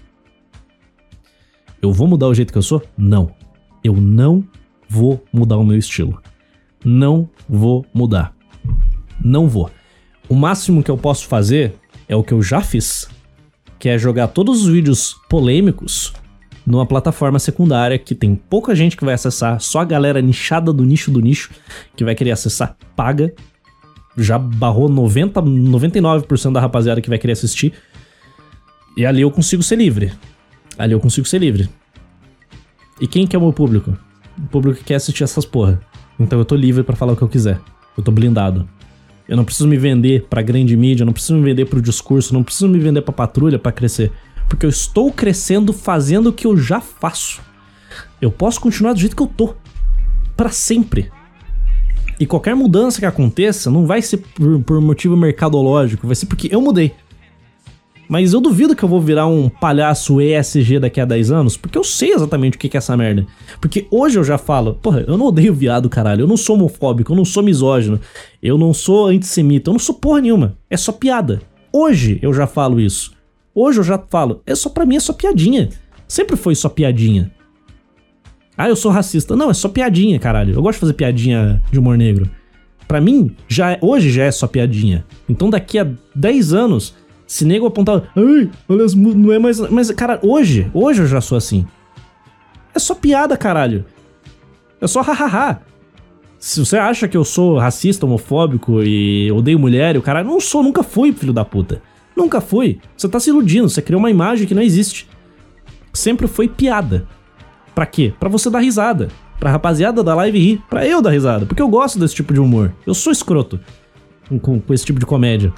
Eu vou mudar o jeito que eu sou? Não. Eu não vou mudar o meu estilo. Não vou mudar. Não vou. O máximo que eu posso fazer é o que eu já fiz, que é jogar todos os vídeos polêmicos numa plataforma secundária que tem pouca gente que vai acessar, só a galera nichada do nicho que vai querer acessar, paga. Já barrou 99% da rapaziada que vai querer assistir. E ali eu consigo ser livre. E quem que é o meu público? O público que quer assistir essas porra. Então eu tô livre pra falar o que eu quiser. Eu tô blindado. Eu não preciso me vender pra grande mídia, eu não preciso me vender pro discurso, eu não preciso me vender pra patrulha pra crescer. Porque eu estou crescendo fazendo o que eu já faço. Eu posso continuar do jeito que eu tô. Pra sempre. E qualquer mudança que aconteça não vai ser por motivo mercadológico, vai ser porque eu mudei. Mas eu duvido que eu vou virar um palhaço ESG daqui a 10 anos, porque eu sei exatamente o que é essa merda. Porque hoje eu já falo, porra, eu não odeio viado, caralho, eu não sou homofóbico, eu não sou misógino, eu não sou antissemita, eu não sou porra nenhuma, é só piada. Hoje eu já falo isso. Hoje eu já falo, pra mim é só piadinha. Sempre foi só piadinha. Ah, eu sou racista. Não, é só piadinha, caralho. Eu gosto de fazer piadinha de humor negro. Pra mim, hoje já é só piadinha. Então daqui a 10 anos... Se nego apontar, ai, olha, não é mais... Mas, cara, hoje eu já sou assim. É só piada, caralho. É só hahaha. Se você acha que eu sou racista, homofóbico e odeio mulher e o caralho, não sou, nunca fui, filho da puta. Nunca fui. Você tá se iludindo, você criou uma imagem que não existe. Sempre foi piada. Pra quê? Pra você dar risada. Pra rapaziada da live rir. Pra eu dar risada. Porque eu gosto desse tipo de humor. Eu sou escroto com esse tipo de comédia.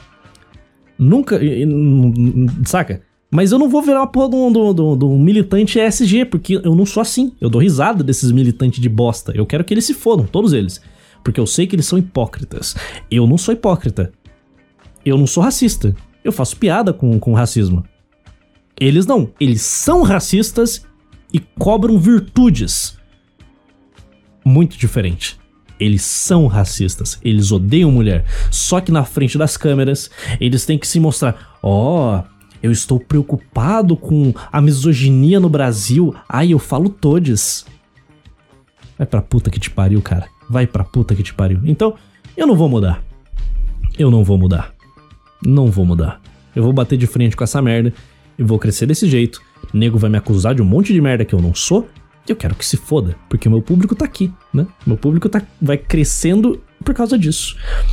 Nunca, saca? Mas eu não vou virar uma porra de um militante ESG, porque eu não sou assim. Eu dou risada desses militantes de bosta. Eu quero que eles se fodam, todos eles. Porque eu sei que eles são hipócritas. Eu não sou hipócrita. Eu não sou racista. Eu faço piada com racismo. Eles não. Eles são racistas e cobram virtudes. Muito diferente. Eles são racistas, eles odeiam mulher. Só que na frente das câmeras, eles têm que se mostrar. Eu estou preocupado com a misoginia no Brasil. Ai, eu falo todes. Vai pra puta que te pariu, cara. Vai pra puta que te pariu. Então, eu não vou mudar. Eu não vou mudar. Não vou mudar. Eu vou bater de frente com essa merda e vou crescer desse jeito. O nego vai me acusar de um monte de merda que eu não sou. Eu quero que se foda, porque o meu público tá aqui, né? Meu público vai crescendo por causa disso.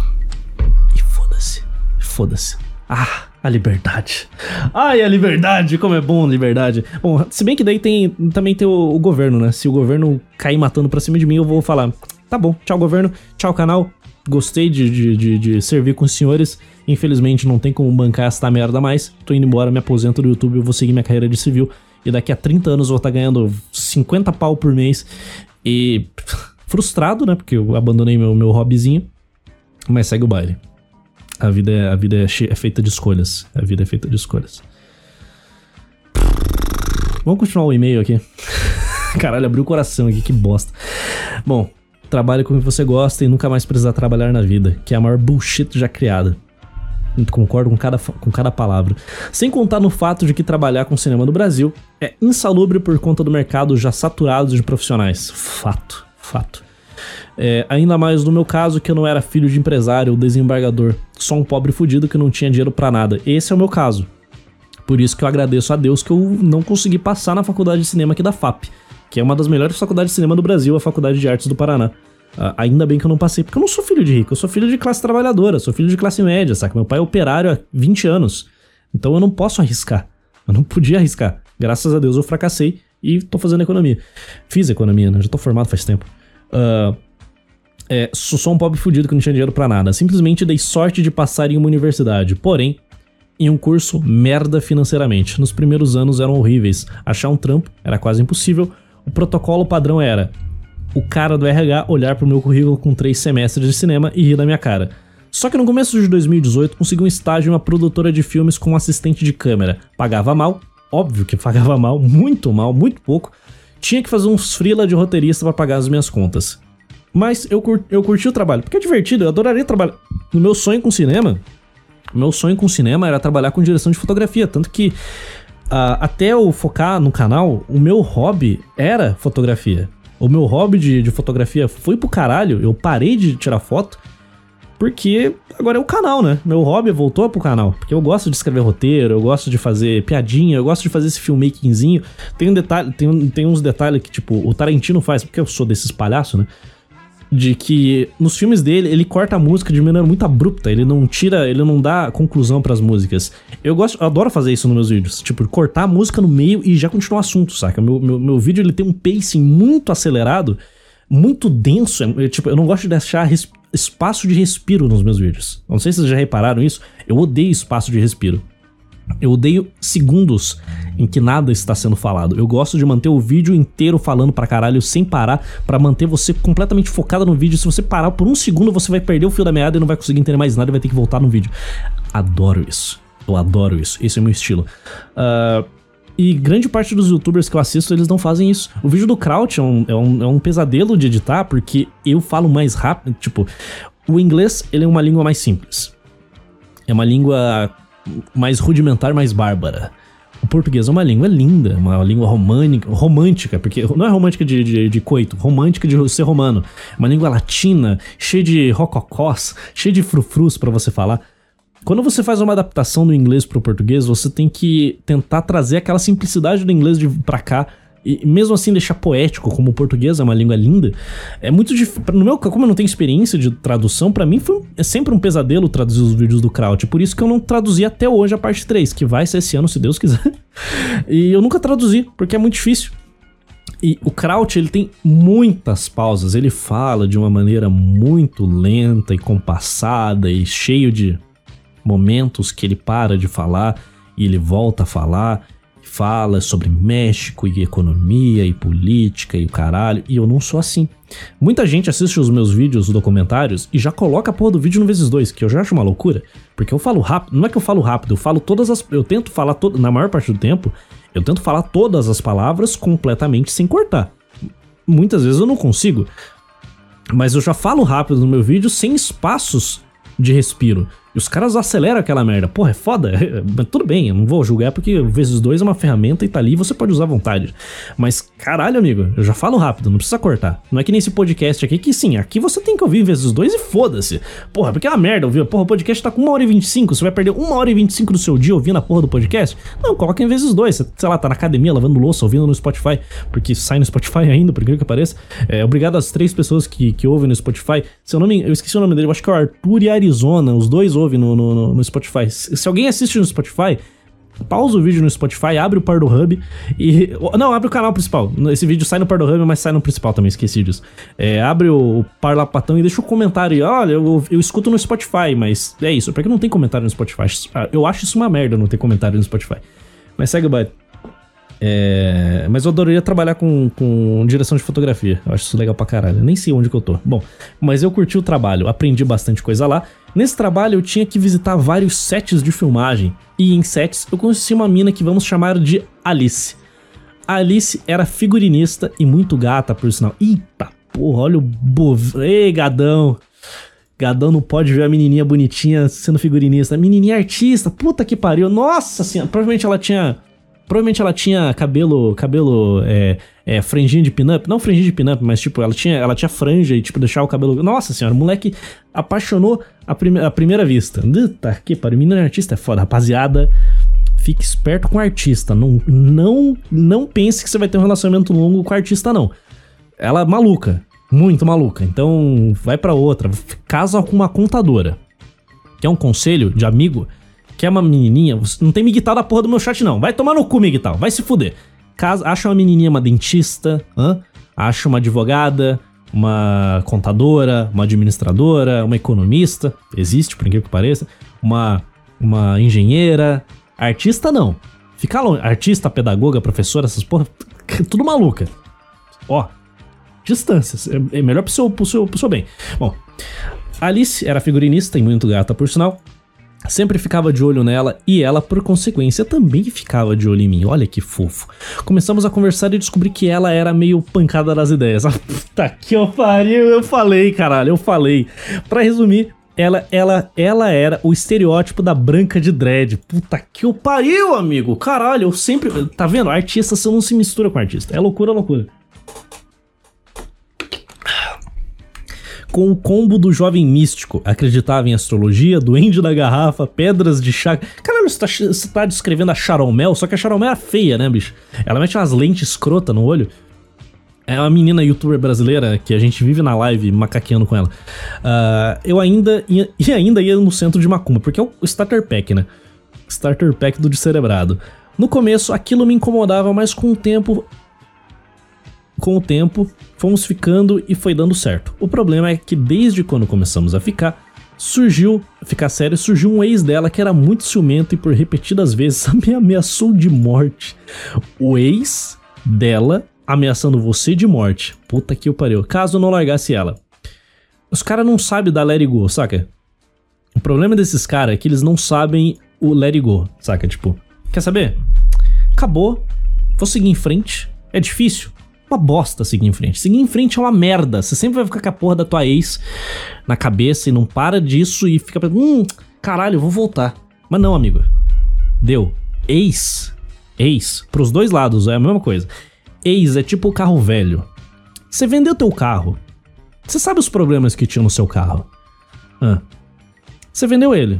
E foda-se. Foda-se. Ah, a liberdade. Ai, a liberdade, como é bom a liberdade. Bom, se bem que daí também tem o governo, né? Se o governo cair matando pra cima de mim, eu vou falar, tá bom, tchau governo, tchau canal. Gostei de servir com os senhores. Infelizmente não tem como bancar essa merda mais. Tô indo embora, me aposento do YouTube, eu vou seguir minha carreira de civil. E daqui a 30 anos eu vou estar ganhando 50 pau por mês. E frustrado, né? Porque eu abandonei meu hobbyzinho. Mas segue o baile. A vida é feita de escolhas. A vida é feita de escolhas. Vamos continuar o e-mail aqui. Caralho, abriu o coração aqui, que bosta. Bom, trabalhe com o que você gosta e nunca mais precisar trabalhar na vida. Que é a maior bullshit já criada. Concordo com cada palavra. Sem contar no fato de que trabalhar com cinema no Brasil é insalubre por conta do mercado já saturado de profissionais. Fato. Ainda mais no meu caso, que eu não era filho de empresário ou desembargador, só um pobre fudido que não tinha dinheiro pra nada. Esse é o meu caso. Por isso que eu agradeço a Deus que eu não consegui passar na faculdade de cinema aqui da FAP, que é uma das melhores faculdades de cinema do Brasil, a Faculdade de Artes do Paraná. Ainda bem que eu não passei, porque eu não sou filho de rico, eu sou filho de classe trabalhadora, sou filho de classe média, saca? Meu pai é operário há 20 anos, então eu não posso arriscar, eu não podia arriscar. Graças a Deus eu fracassei e tô fazendo economia. Fiz economia, né? Já tô formado faz tempo. Sou só um pobre fudido que não tinha dinheiro pra nada. Simplesmente dei sorte de passar em uma universidade, porém, em um curso merda financeiramente. Nos primeiros anos eram horríveis, achar um trampo era quase impossível. O protocolo padrão era o cara do RH olhar pro meu currículo com 3 semestres de cinema e rir da minha cara. Só que no começo de 2018 consegui um estágio em uma produtora de filmes como assistente de câmera. Pagava mal, óbvio que pagava mal, muito pouco. Tinha que fazer uns freela de roteirista pra pagar as minhas contas. Mas eu curti o trabalho, porque é divertido, eu adoraria trabalhar. O meu sonho com cinema era trabalhar com direção de fotografia, tanto que até eu focar no canal, o meu hobby era fotografia. O meu hobby de fotografia foi pro caralho, eu parei de tirar foto, porque agora é o canal, né? Meu hobby voltou pro canal, porque eu gosto de escrever roteiro, eu gosto de fazer piadinha, eu gosto de fazer esse filmmakingzinho. Tem uns detalhes que, tipo, o Tarantino faz, porque eu sou desses palhaços, né? De que nos filmes dele, ele corta a música de maneira muito abrupta, ele não dá conclusão pras músicas. Eu adoro fazer isso nos meus vídeos, tipo, cortar a música no meio e já continuar o assunto, saca? Meu vídeo, ele tem um pacing muito acelerado, muito denso. Tipo, eu não gosto de deixar espaço de respiro nos meus vídeos. Não sei se vocês já repararam isso. Eu odeio espaço de respiro. Eu odeio segundos em que nada está sendo falado. Eu gosto de manter o vídeo inteiro falando pra caralho sem parar, pra manter você completamente focado no vídeo. Se você parar por um segundo, você vai perder o fio da meada e não vai conseguir entender mais nada e vai ter que voltar no vídeo. Adoro isso. Eu adoro isso. Esse é o meu estilo. E grande parte dos youtubers que eu assisto, eles não fazem isso. O vídeo do Kraut é um pesadelo de editar, porque eu falo mais rápido. Tipo, o inglês, ele é uma língua mais simples. É uma língua mais rudimentar, mais bárbara. O português é uma língua linda, uma língua romântica, porque não é romântica de coito, romântica de ser romano. É uma língua latina, cheia de rococós, cheia de frufrus pra você falar. Quando você faz uma adaptação do inglês pro português, você tem que tentar trazer aquela simplicidade do inglês pra cá, e mesmo assim deixar poético, como o português é uma língua linda. É muito difícil. Como eu não tenho experiência de tradução, pra mim é sempre um pesadelo traduzir os vídeos do Kraut. Por isso que eu não traduzi até hoje a parte 3, que vai ser esse ano, se Deus quiser. E eu nunca traduzi, porque é muito difícil. E o Kraut, ele tem muitas pausas. Ele fala de uma maneira muito lenta e compassada e cheio de momentos que ele para de falar e ele volta a falar. Fala sobre México e economia e política e o caralho, e eu não sou assim. Muita gente assiste os meus vídeos, os documentários, e já coloca a porra do vídeo no ×2, que eu já acho uma loucura, porque eu falo rápido. Não é que eu falo rápido, eu falo eu tento falar, na maior parte do tempo, eu tento falar todas as palavras completamente sem cortar. Muitas vezes eu não consigo, mas eu já falo rápido no meu vídeo sem espaços de respiro. E os caras aceleram aquela merda. Porra, é foda. Mas tudo bem, eu não vou julgar porque o ×2 é uma ferramenta e tá ali e você pode usar à vontade. Mas caralho, amigo, eu já falo rápido, não precisa cortar. Não é que nem esse podcast aqui que sim, aqui você tem que ouvir ×2 e foda-se. Porra, porque é uma merda ouvir. Porra, o podcast tá com 1h25, você vai perder 1h25 do seu dia ouvindo a porra do podcast? Não, coloca em ×2. Você, sei lá, tá na academia lavando louça, ouvindo no Spotify, porque sai no Spotify ainda, por incrível que pareça. Obrigado às 3 pessoas que ouvem no Spotify. Eu esqueci o nome dele, eu acho que é o Arthur e Arizona, os dois ouvem no Spotify. Se alguém assiste no Spotify, pausa o vídeo no Spotify, abre o Pardo Hub e... Não, abre o canal principal. Esse vídeo sai no Pardo Hub, mas sai no principal também, esqueci disso. Abre o Parlapatão e deixa um comentário aí. Olha, eu escuto no Spotify, mas é isso. Porque não tem comentário no Spotify. Eu acho isso uma merda não ter comentário no Spotify. Mas segue o baile. Mas eu adoraria trabalhar com direção de fotografia. Eu acho isso legal pra caralho. Eu nem sei onde que eu tô. Bom, mas eu curti o trabalho, aprendi bastante coisa lá. Nesse trabalho eu tinha que visitar vários sets de filmagem. E em sets eu conheci uma mina que vamos chamar de Alice. A Alice era figurinista e muito gata, por sinal. Eita porra, olha o Ei, gadão. Gadão não pode ver a menininha bonitinha sendo figurinista. Menininha artista, puta que pariu. Nossa senhora, provavelmente ela tinha cabelo franjinha de pinup. Não franjinha de pinup, mas tipo, ela tinha franja e tipo, deixar o cabelo... Nossa senhora, o moleque apaixonou à primeira vista. Tá que pariu, menina artista é foda, rapaziada. Fique esperto com artista. Não pense que você vai ter um relacionamento longo com artista, não. Ela é maluca, muito maluca. Então vai pra outra. Casa com uma contadora. Que é um conselho de amigo... Que é uma menininha, não tem miguital da porra do meu chat não, vai tomar no cu miguital, vai se fuder. Acha uma menininha uma dentista, acha uma advogada, uma contadora, uma administradora, uma economista, existe por incrível que pareça, uma engenheira, artista não, fica longe, artista, pedagoga, professora, essas porra, tudo maluca. Ó, distâncias, é melhor pro seu bem. Bom, Alice era figurinista e muito gata por sinal. Sempre ficava de olho nela e ela, por consequência, também ficava de olho em mim. Olha que fofo. Começamos a conversar e descobri que ela era meio pancada das ideias. Puta que pariu, eu falei, caralho, eu falei. Pra resumir, ela era o estereótipo da branca de dread. Puta que pariu, amigo. Caralho, eu sempre... Tá vendo? Artista, você não se mistura com artista. É loucura, loucura. Com o combo do jovem místico, acreditava em astrologia, duende da garrafa, pedras de chá... Caralho, você tá descrevendo a Charomel, só que a Charomel era feia, né, bicho? Ela mete umas lentes escrota no olho. É uma menina youtuber brasileira que a gente vive na live macaqueando com ela. Eu ainda ia no centro de Macumba, porque é o Starter Pack, né? Starter Pack do descerebrado. No começo, aquilo me incomodava, mas com o tempo com o tempo, fomos ficando e foi dando certo. O problema é que desde quando começamos a ficar sério, surgiu um ex dela que era muito ciumento e por repetidas vezes me ameaçou de morte. O ex dela ameaçando você de morte. Puta que o pariu. Caso eu não largasse ela. Os caras não sabem da let it go, saca? O problema desses caras é que eles não sabem o let it go, saca? Tipo, quer saber? Acabou. Vou seguir em frente. É difícil? Uma bosta seguir em frente. Seguir em frente é uma merda. Você sempre vai ficar com a porra da tua ex na cabeça e não para disso e fica pensando, caralho, eu vou voltar. Mas não, amigo. Deu. Ex, pros dois lados, é a mesma coisa. Ex é tipo o carro velho. Você vendeu teu carro. Você sabe os problemas que tinha no seu carro. Você vendeu ele.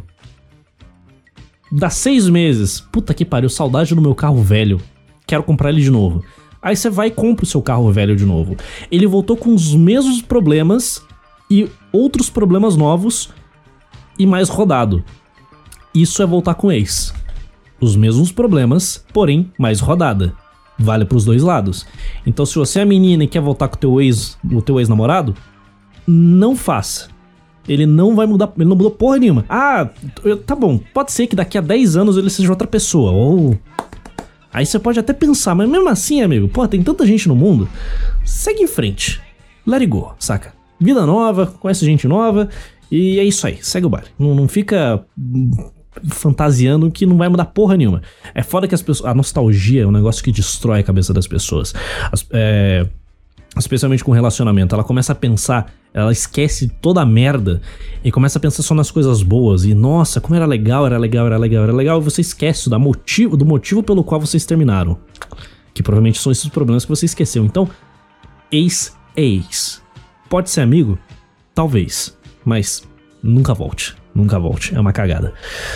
Dá 6 meses. Puta que pariu, saudade do meu carro velho. Quero comprar ele de novo. Aí você vai e compra o seu carro velho de novo. Ele voltou com os mesmos problemas e outros problemas novos e mais rodado. Isso é voltar com ex. Os mesmos problemas, porém mais rodada. Vale pros dois lados. Então se você é menina e quer voltar com o teu ex-namorado, não faça. Ele não vai mudar, ele não mudou porra nenhuma. Tá bom, pode ser que daqui a 10 anos ele seja outra pessoa, ou... Aí você pode até pensar, mas mesmo assim, amigo, pô, tem tanta gente no mundo, segue em frente. Let it go, saca? Vida nova, conhece gente nova, e é isso aí, segue o baile. Não fica fantasiando que não vai mudar porra nenhuma. É foda que as pessoas... A nostalgia é um negócio que destrói a cabeça das pessoas. Especialmente com relacionamento. Ela começa a pensar, ela esquece toda a merda e começa a pensar só nas coisas boas. E nossa, como era legal, e você esquece do motivo pelo qual vocês terminaram. Que provavelmente são esses problemas que você esqueceu. Então, ex é ex. Pode ser amigo? Talvez. Mas nunca volte. Nunca volte. É uma cagada.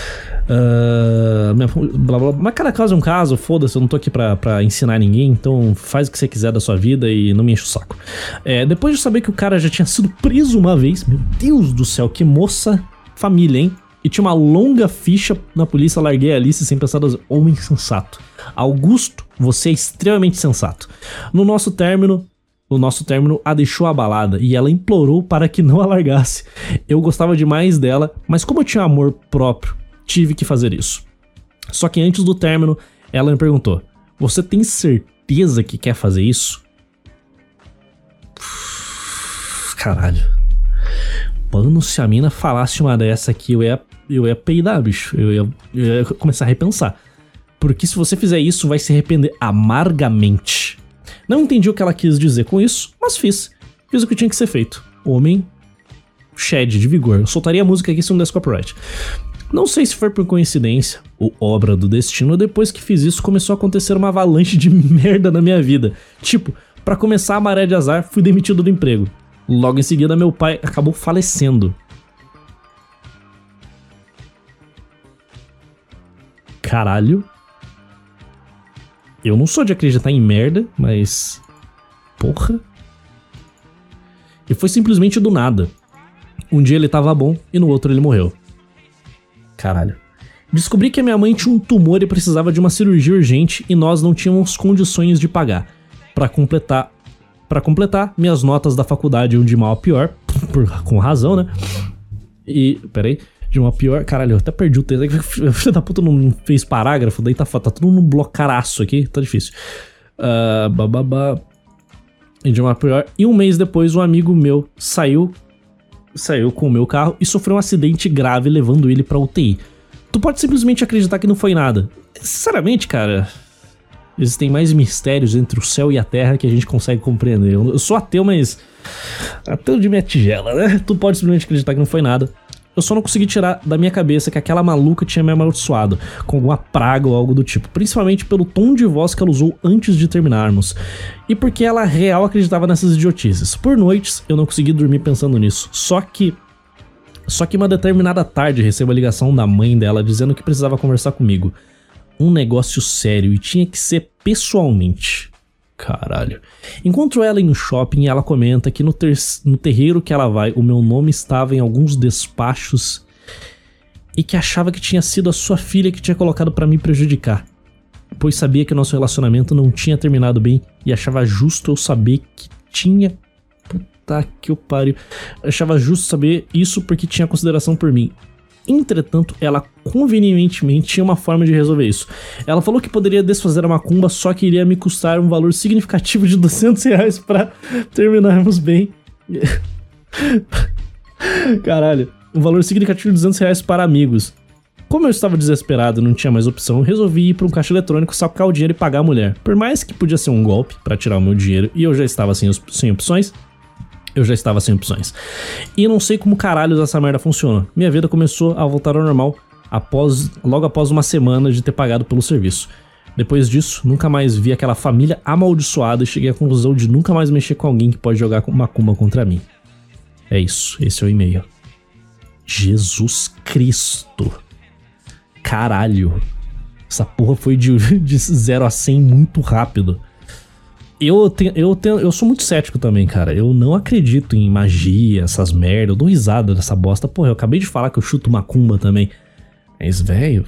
Mas cada caso é um caso, foda-se, eu não tô aqui pra ensinar ninguém, então faz o que você quiser da sua vida e não me enche o saco. Depois de saber que o cara já tinha sido preso uma vez, meu Deus do céu, que moça família, hein? E tinha uma longa ficha na polícia, larguei a Alice sem pensar das... Homem sensato. Augusto, você é extremamente sensato. O nosso término a deixou abalada e ela implorou para que não a largasse. Eu gostava demais dela, mas como eu tinha amor próprio, tive que fazer isso. Só que antes do término, ela me perguntou: você tem certeza que quer fazer isso? Caralho. Mano, se a mina falasse uma dessa aqui, eu ia peidar, bicho. Eu ia começar a repensar. Porque se você fizer isso, vai se arrepender amargamente. Não entendi o que ela quis dizer com isso, mas fiz. Fiz o que tinha que ser feito. Homem, shed de vigor. Eu soltaria a música aqui se não desse copyright. Não sei se foi por coincidência ou obra do destino, depois que fiz isso começou a acontecer uma avalanche de merda na minha vida. Tipo, pra começar a maré de azar, fui demitido do emprego. Logo em seguida, meu pai acabou falecendo. Caralho. Eu não sou de acreditar em merda, mas... Porra. E foi simplesmente do nada. Um dia ele tava bom e no outro ele morreu. Caralho. Descobri que a minha mãe tinha um tumor e precisava de uma cirurgia urgente e nós não tínhamos condições de pagar. Pra completar, minhas notas da faculdade iam de mal a pior, com razão, né? E, peraí, de mal a pior, caralho, eu até perdi o texto, filho da puta não fez parágrafo, daí tá tudo num blocaraço aqui, tá difícil. E de mal a pior, e um mês depois um amigo meu saiu com o meu carro e sofreu um acidente grave levando ele pra UTI. Tu pode simplesmente acreditar que não foi nada. Sinceramente, cara, existem mais mistérios entre o céu e a terra que a gente consegue compreender. Eu sou ateu, mas ateu de minha tigela, né? Tu pode simplesmente acreditar que não foi nada. Eu só não consegui tirar da minha cabeça que aquela maluca tinha me amaldiçoado com alguma praga ou algo do tipo, principalmente pelo tom de voz que ela usou antes de terminarmos e porque ela real acreditava nessas idiotices. Por noites eu não consegui dormir pensando nisso, só que uma determinada tarde recebo a ligação da mãe dela dizendo que precisava conversar comigo. Um negócio sério e tinha que ser pessoalmente. Caralho. Encontro ela em um shopping e ela comenta que no terreiro que ela vai, o meu nome estava em alguns despachos e que achava que tinha sido a sua filha que tinha colocado pra me prejudicar. pois sabia que o nosso relacionamento não tinha terminado bem e achava justo eu saber que tinha... Puta que eu pariu. Achava justo saber isso porque tinha consideração por mim. Entretanto, ela convenientemente tinha uma forma de resolver isso. Ela falou que poderia desfazer a macumba, só que iria me custar um valor significativo de R$200 pra terminarmos bem. Caralho, um valor significativo de R$200 para amigos. Como eu estava desesperado e não tinha mais opção, resolvi ir para um caixa eletrônico, sacar o dinheiro e pagar a mulher. Por mais que podia ser um golpe para tirar o meu dinheiro e eu já estava sem opções, E não sei como caralhos essa merda funciona. Minha vida começou a voltar ao normal logo após uma semana de ter pagado pelo serviço. Depois disso, nunca mais vi aquela família amaldiçoada e cheguei à conclusão de nunca mais mexer com alguém que pode jogar macumba contra mim. É isso, esse é o e-mail. Jesus Cristo. Caralho. Essa porra foi de 0 a 100 muito rápido. Eu sou muito cético também, cara. Eu não acredito em magia, essas merda. Eu dou risada dessa bosta. Porra, eu acabei de falar que eu chuto macumba também. Mas, velho...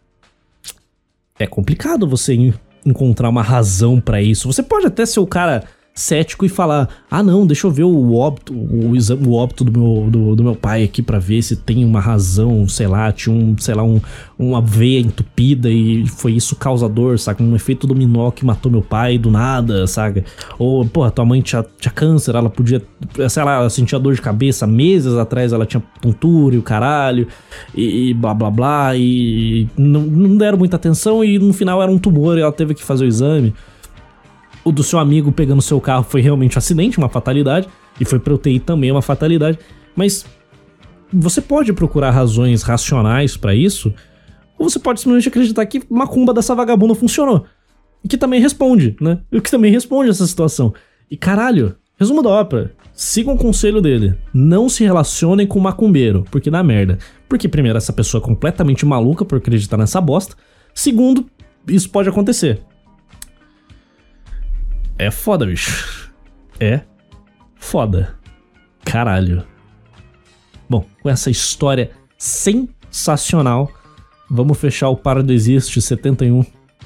É complicado você encontrar uma razão pra isso. Você pode até ser o cara cético e falar: ah não, deixa eu ver o óbito do meu pai aqui pra ver se tem uma razão, sei lá, tinha uma veia entupida e foi isso causador, saca? Um efeito dominó que matou meu pai do nada, saca? Ou, porra, tua mãe tinha câncer, ela podia, sei lá, ela sentia dor de cabeça, meses atrás ela tinha tontura e o caralho, e blá blá blá, e não deram muita atenção e no final era um tumor e ela teve que fazer o exame. O do seu amigo pegando seu carro foi realmente um acidente, uma fatalidade. E foi pra UTI também uma fatalidade. Mas você pode procurar razões racionais pra isso. Ou você pode simplesmente acreditar que macumba dessa vagabunda funcionou. E que também responde, né? E que também responde essa situação. E caralho, resumo da ópera. Sigam o conselho dele. Não se relacionem com macumbeiro, porque dá merda. Porque primeiro, essa pessoa é completamente maluca por acreditar nessa bosta. Segundo, isso pode acontecer. É foda, bicho. É foda. Caralho. Bom, com essa história sensacional, vamos fechar o Pardo Existe 71.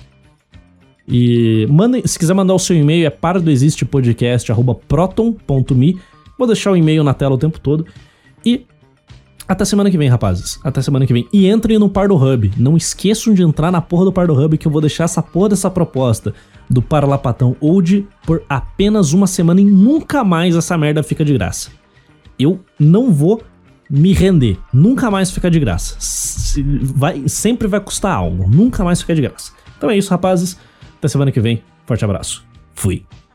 E se quiser mandar o seu e-mail, é pardoexistepodcast@proton.me. Vou deixar o e-mail na tela o tempo todo. E até semana que vem, rapazes. Até semana que vem. E entrem no Pardo Hub. Não esqueçam de entrar na porra do Pardo Hub, que eu vou deixar essa porra dessa proposta do Parlapatão Old por apenas uma semana e nunca mais essa merda fica de graça. Eu não vou me render. Nunca mais fica de graça. Sempre vai custar algo. Nunca mais fica de graça. Então é isso, rapazes. Até semana que vem. Forte abraço. Fui.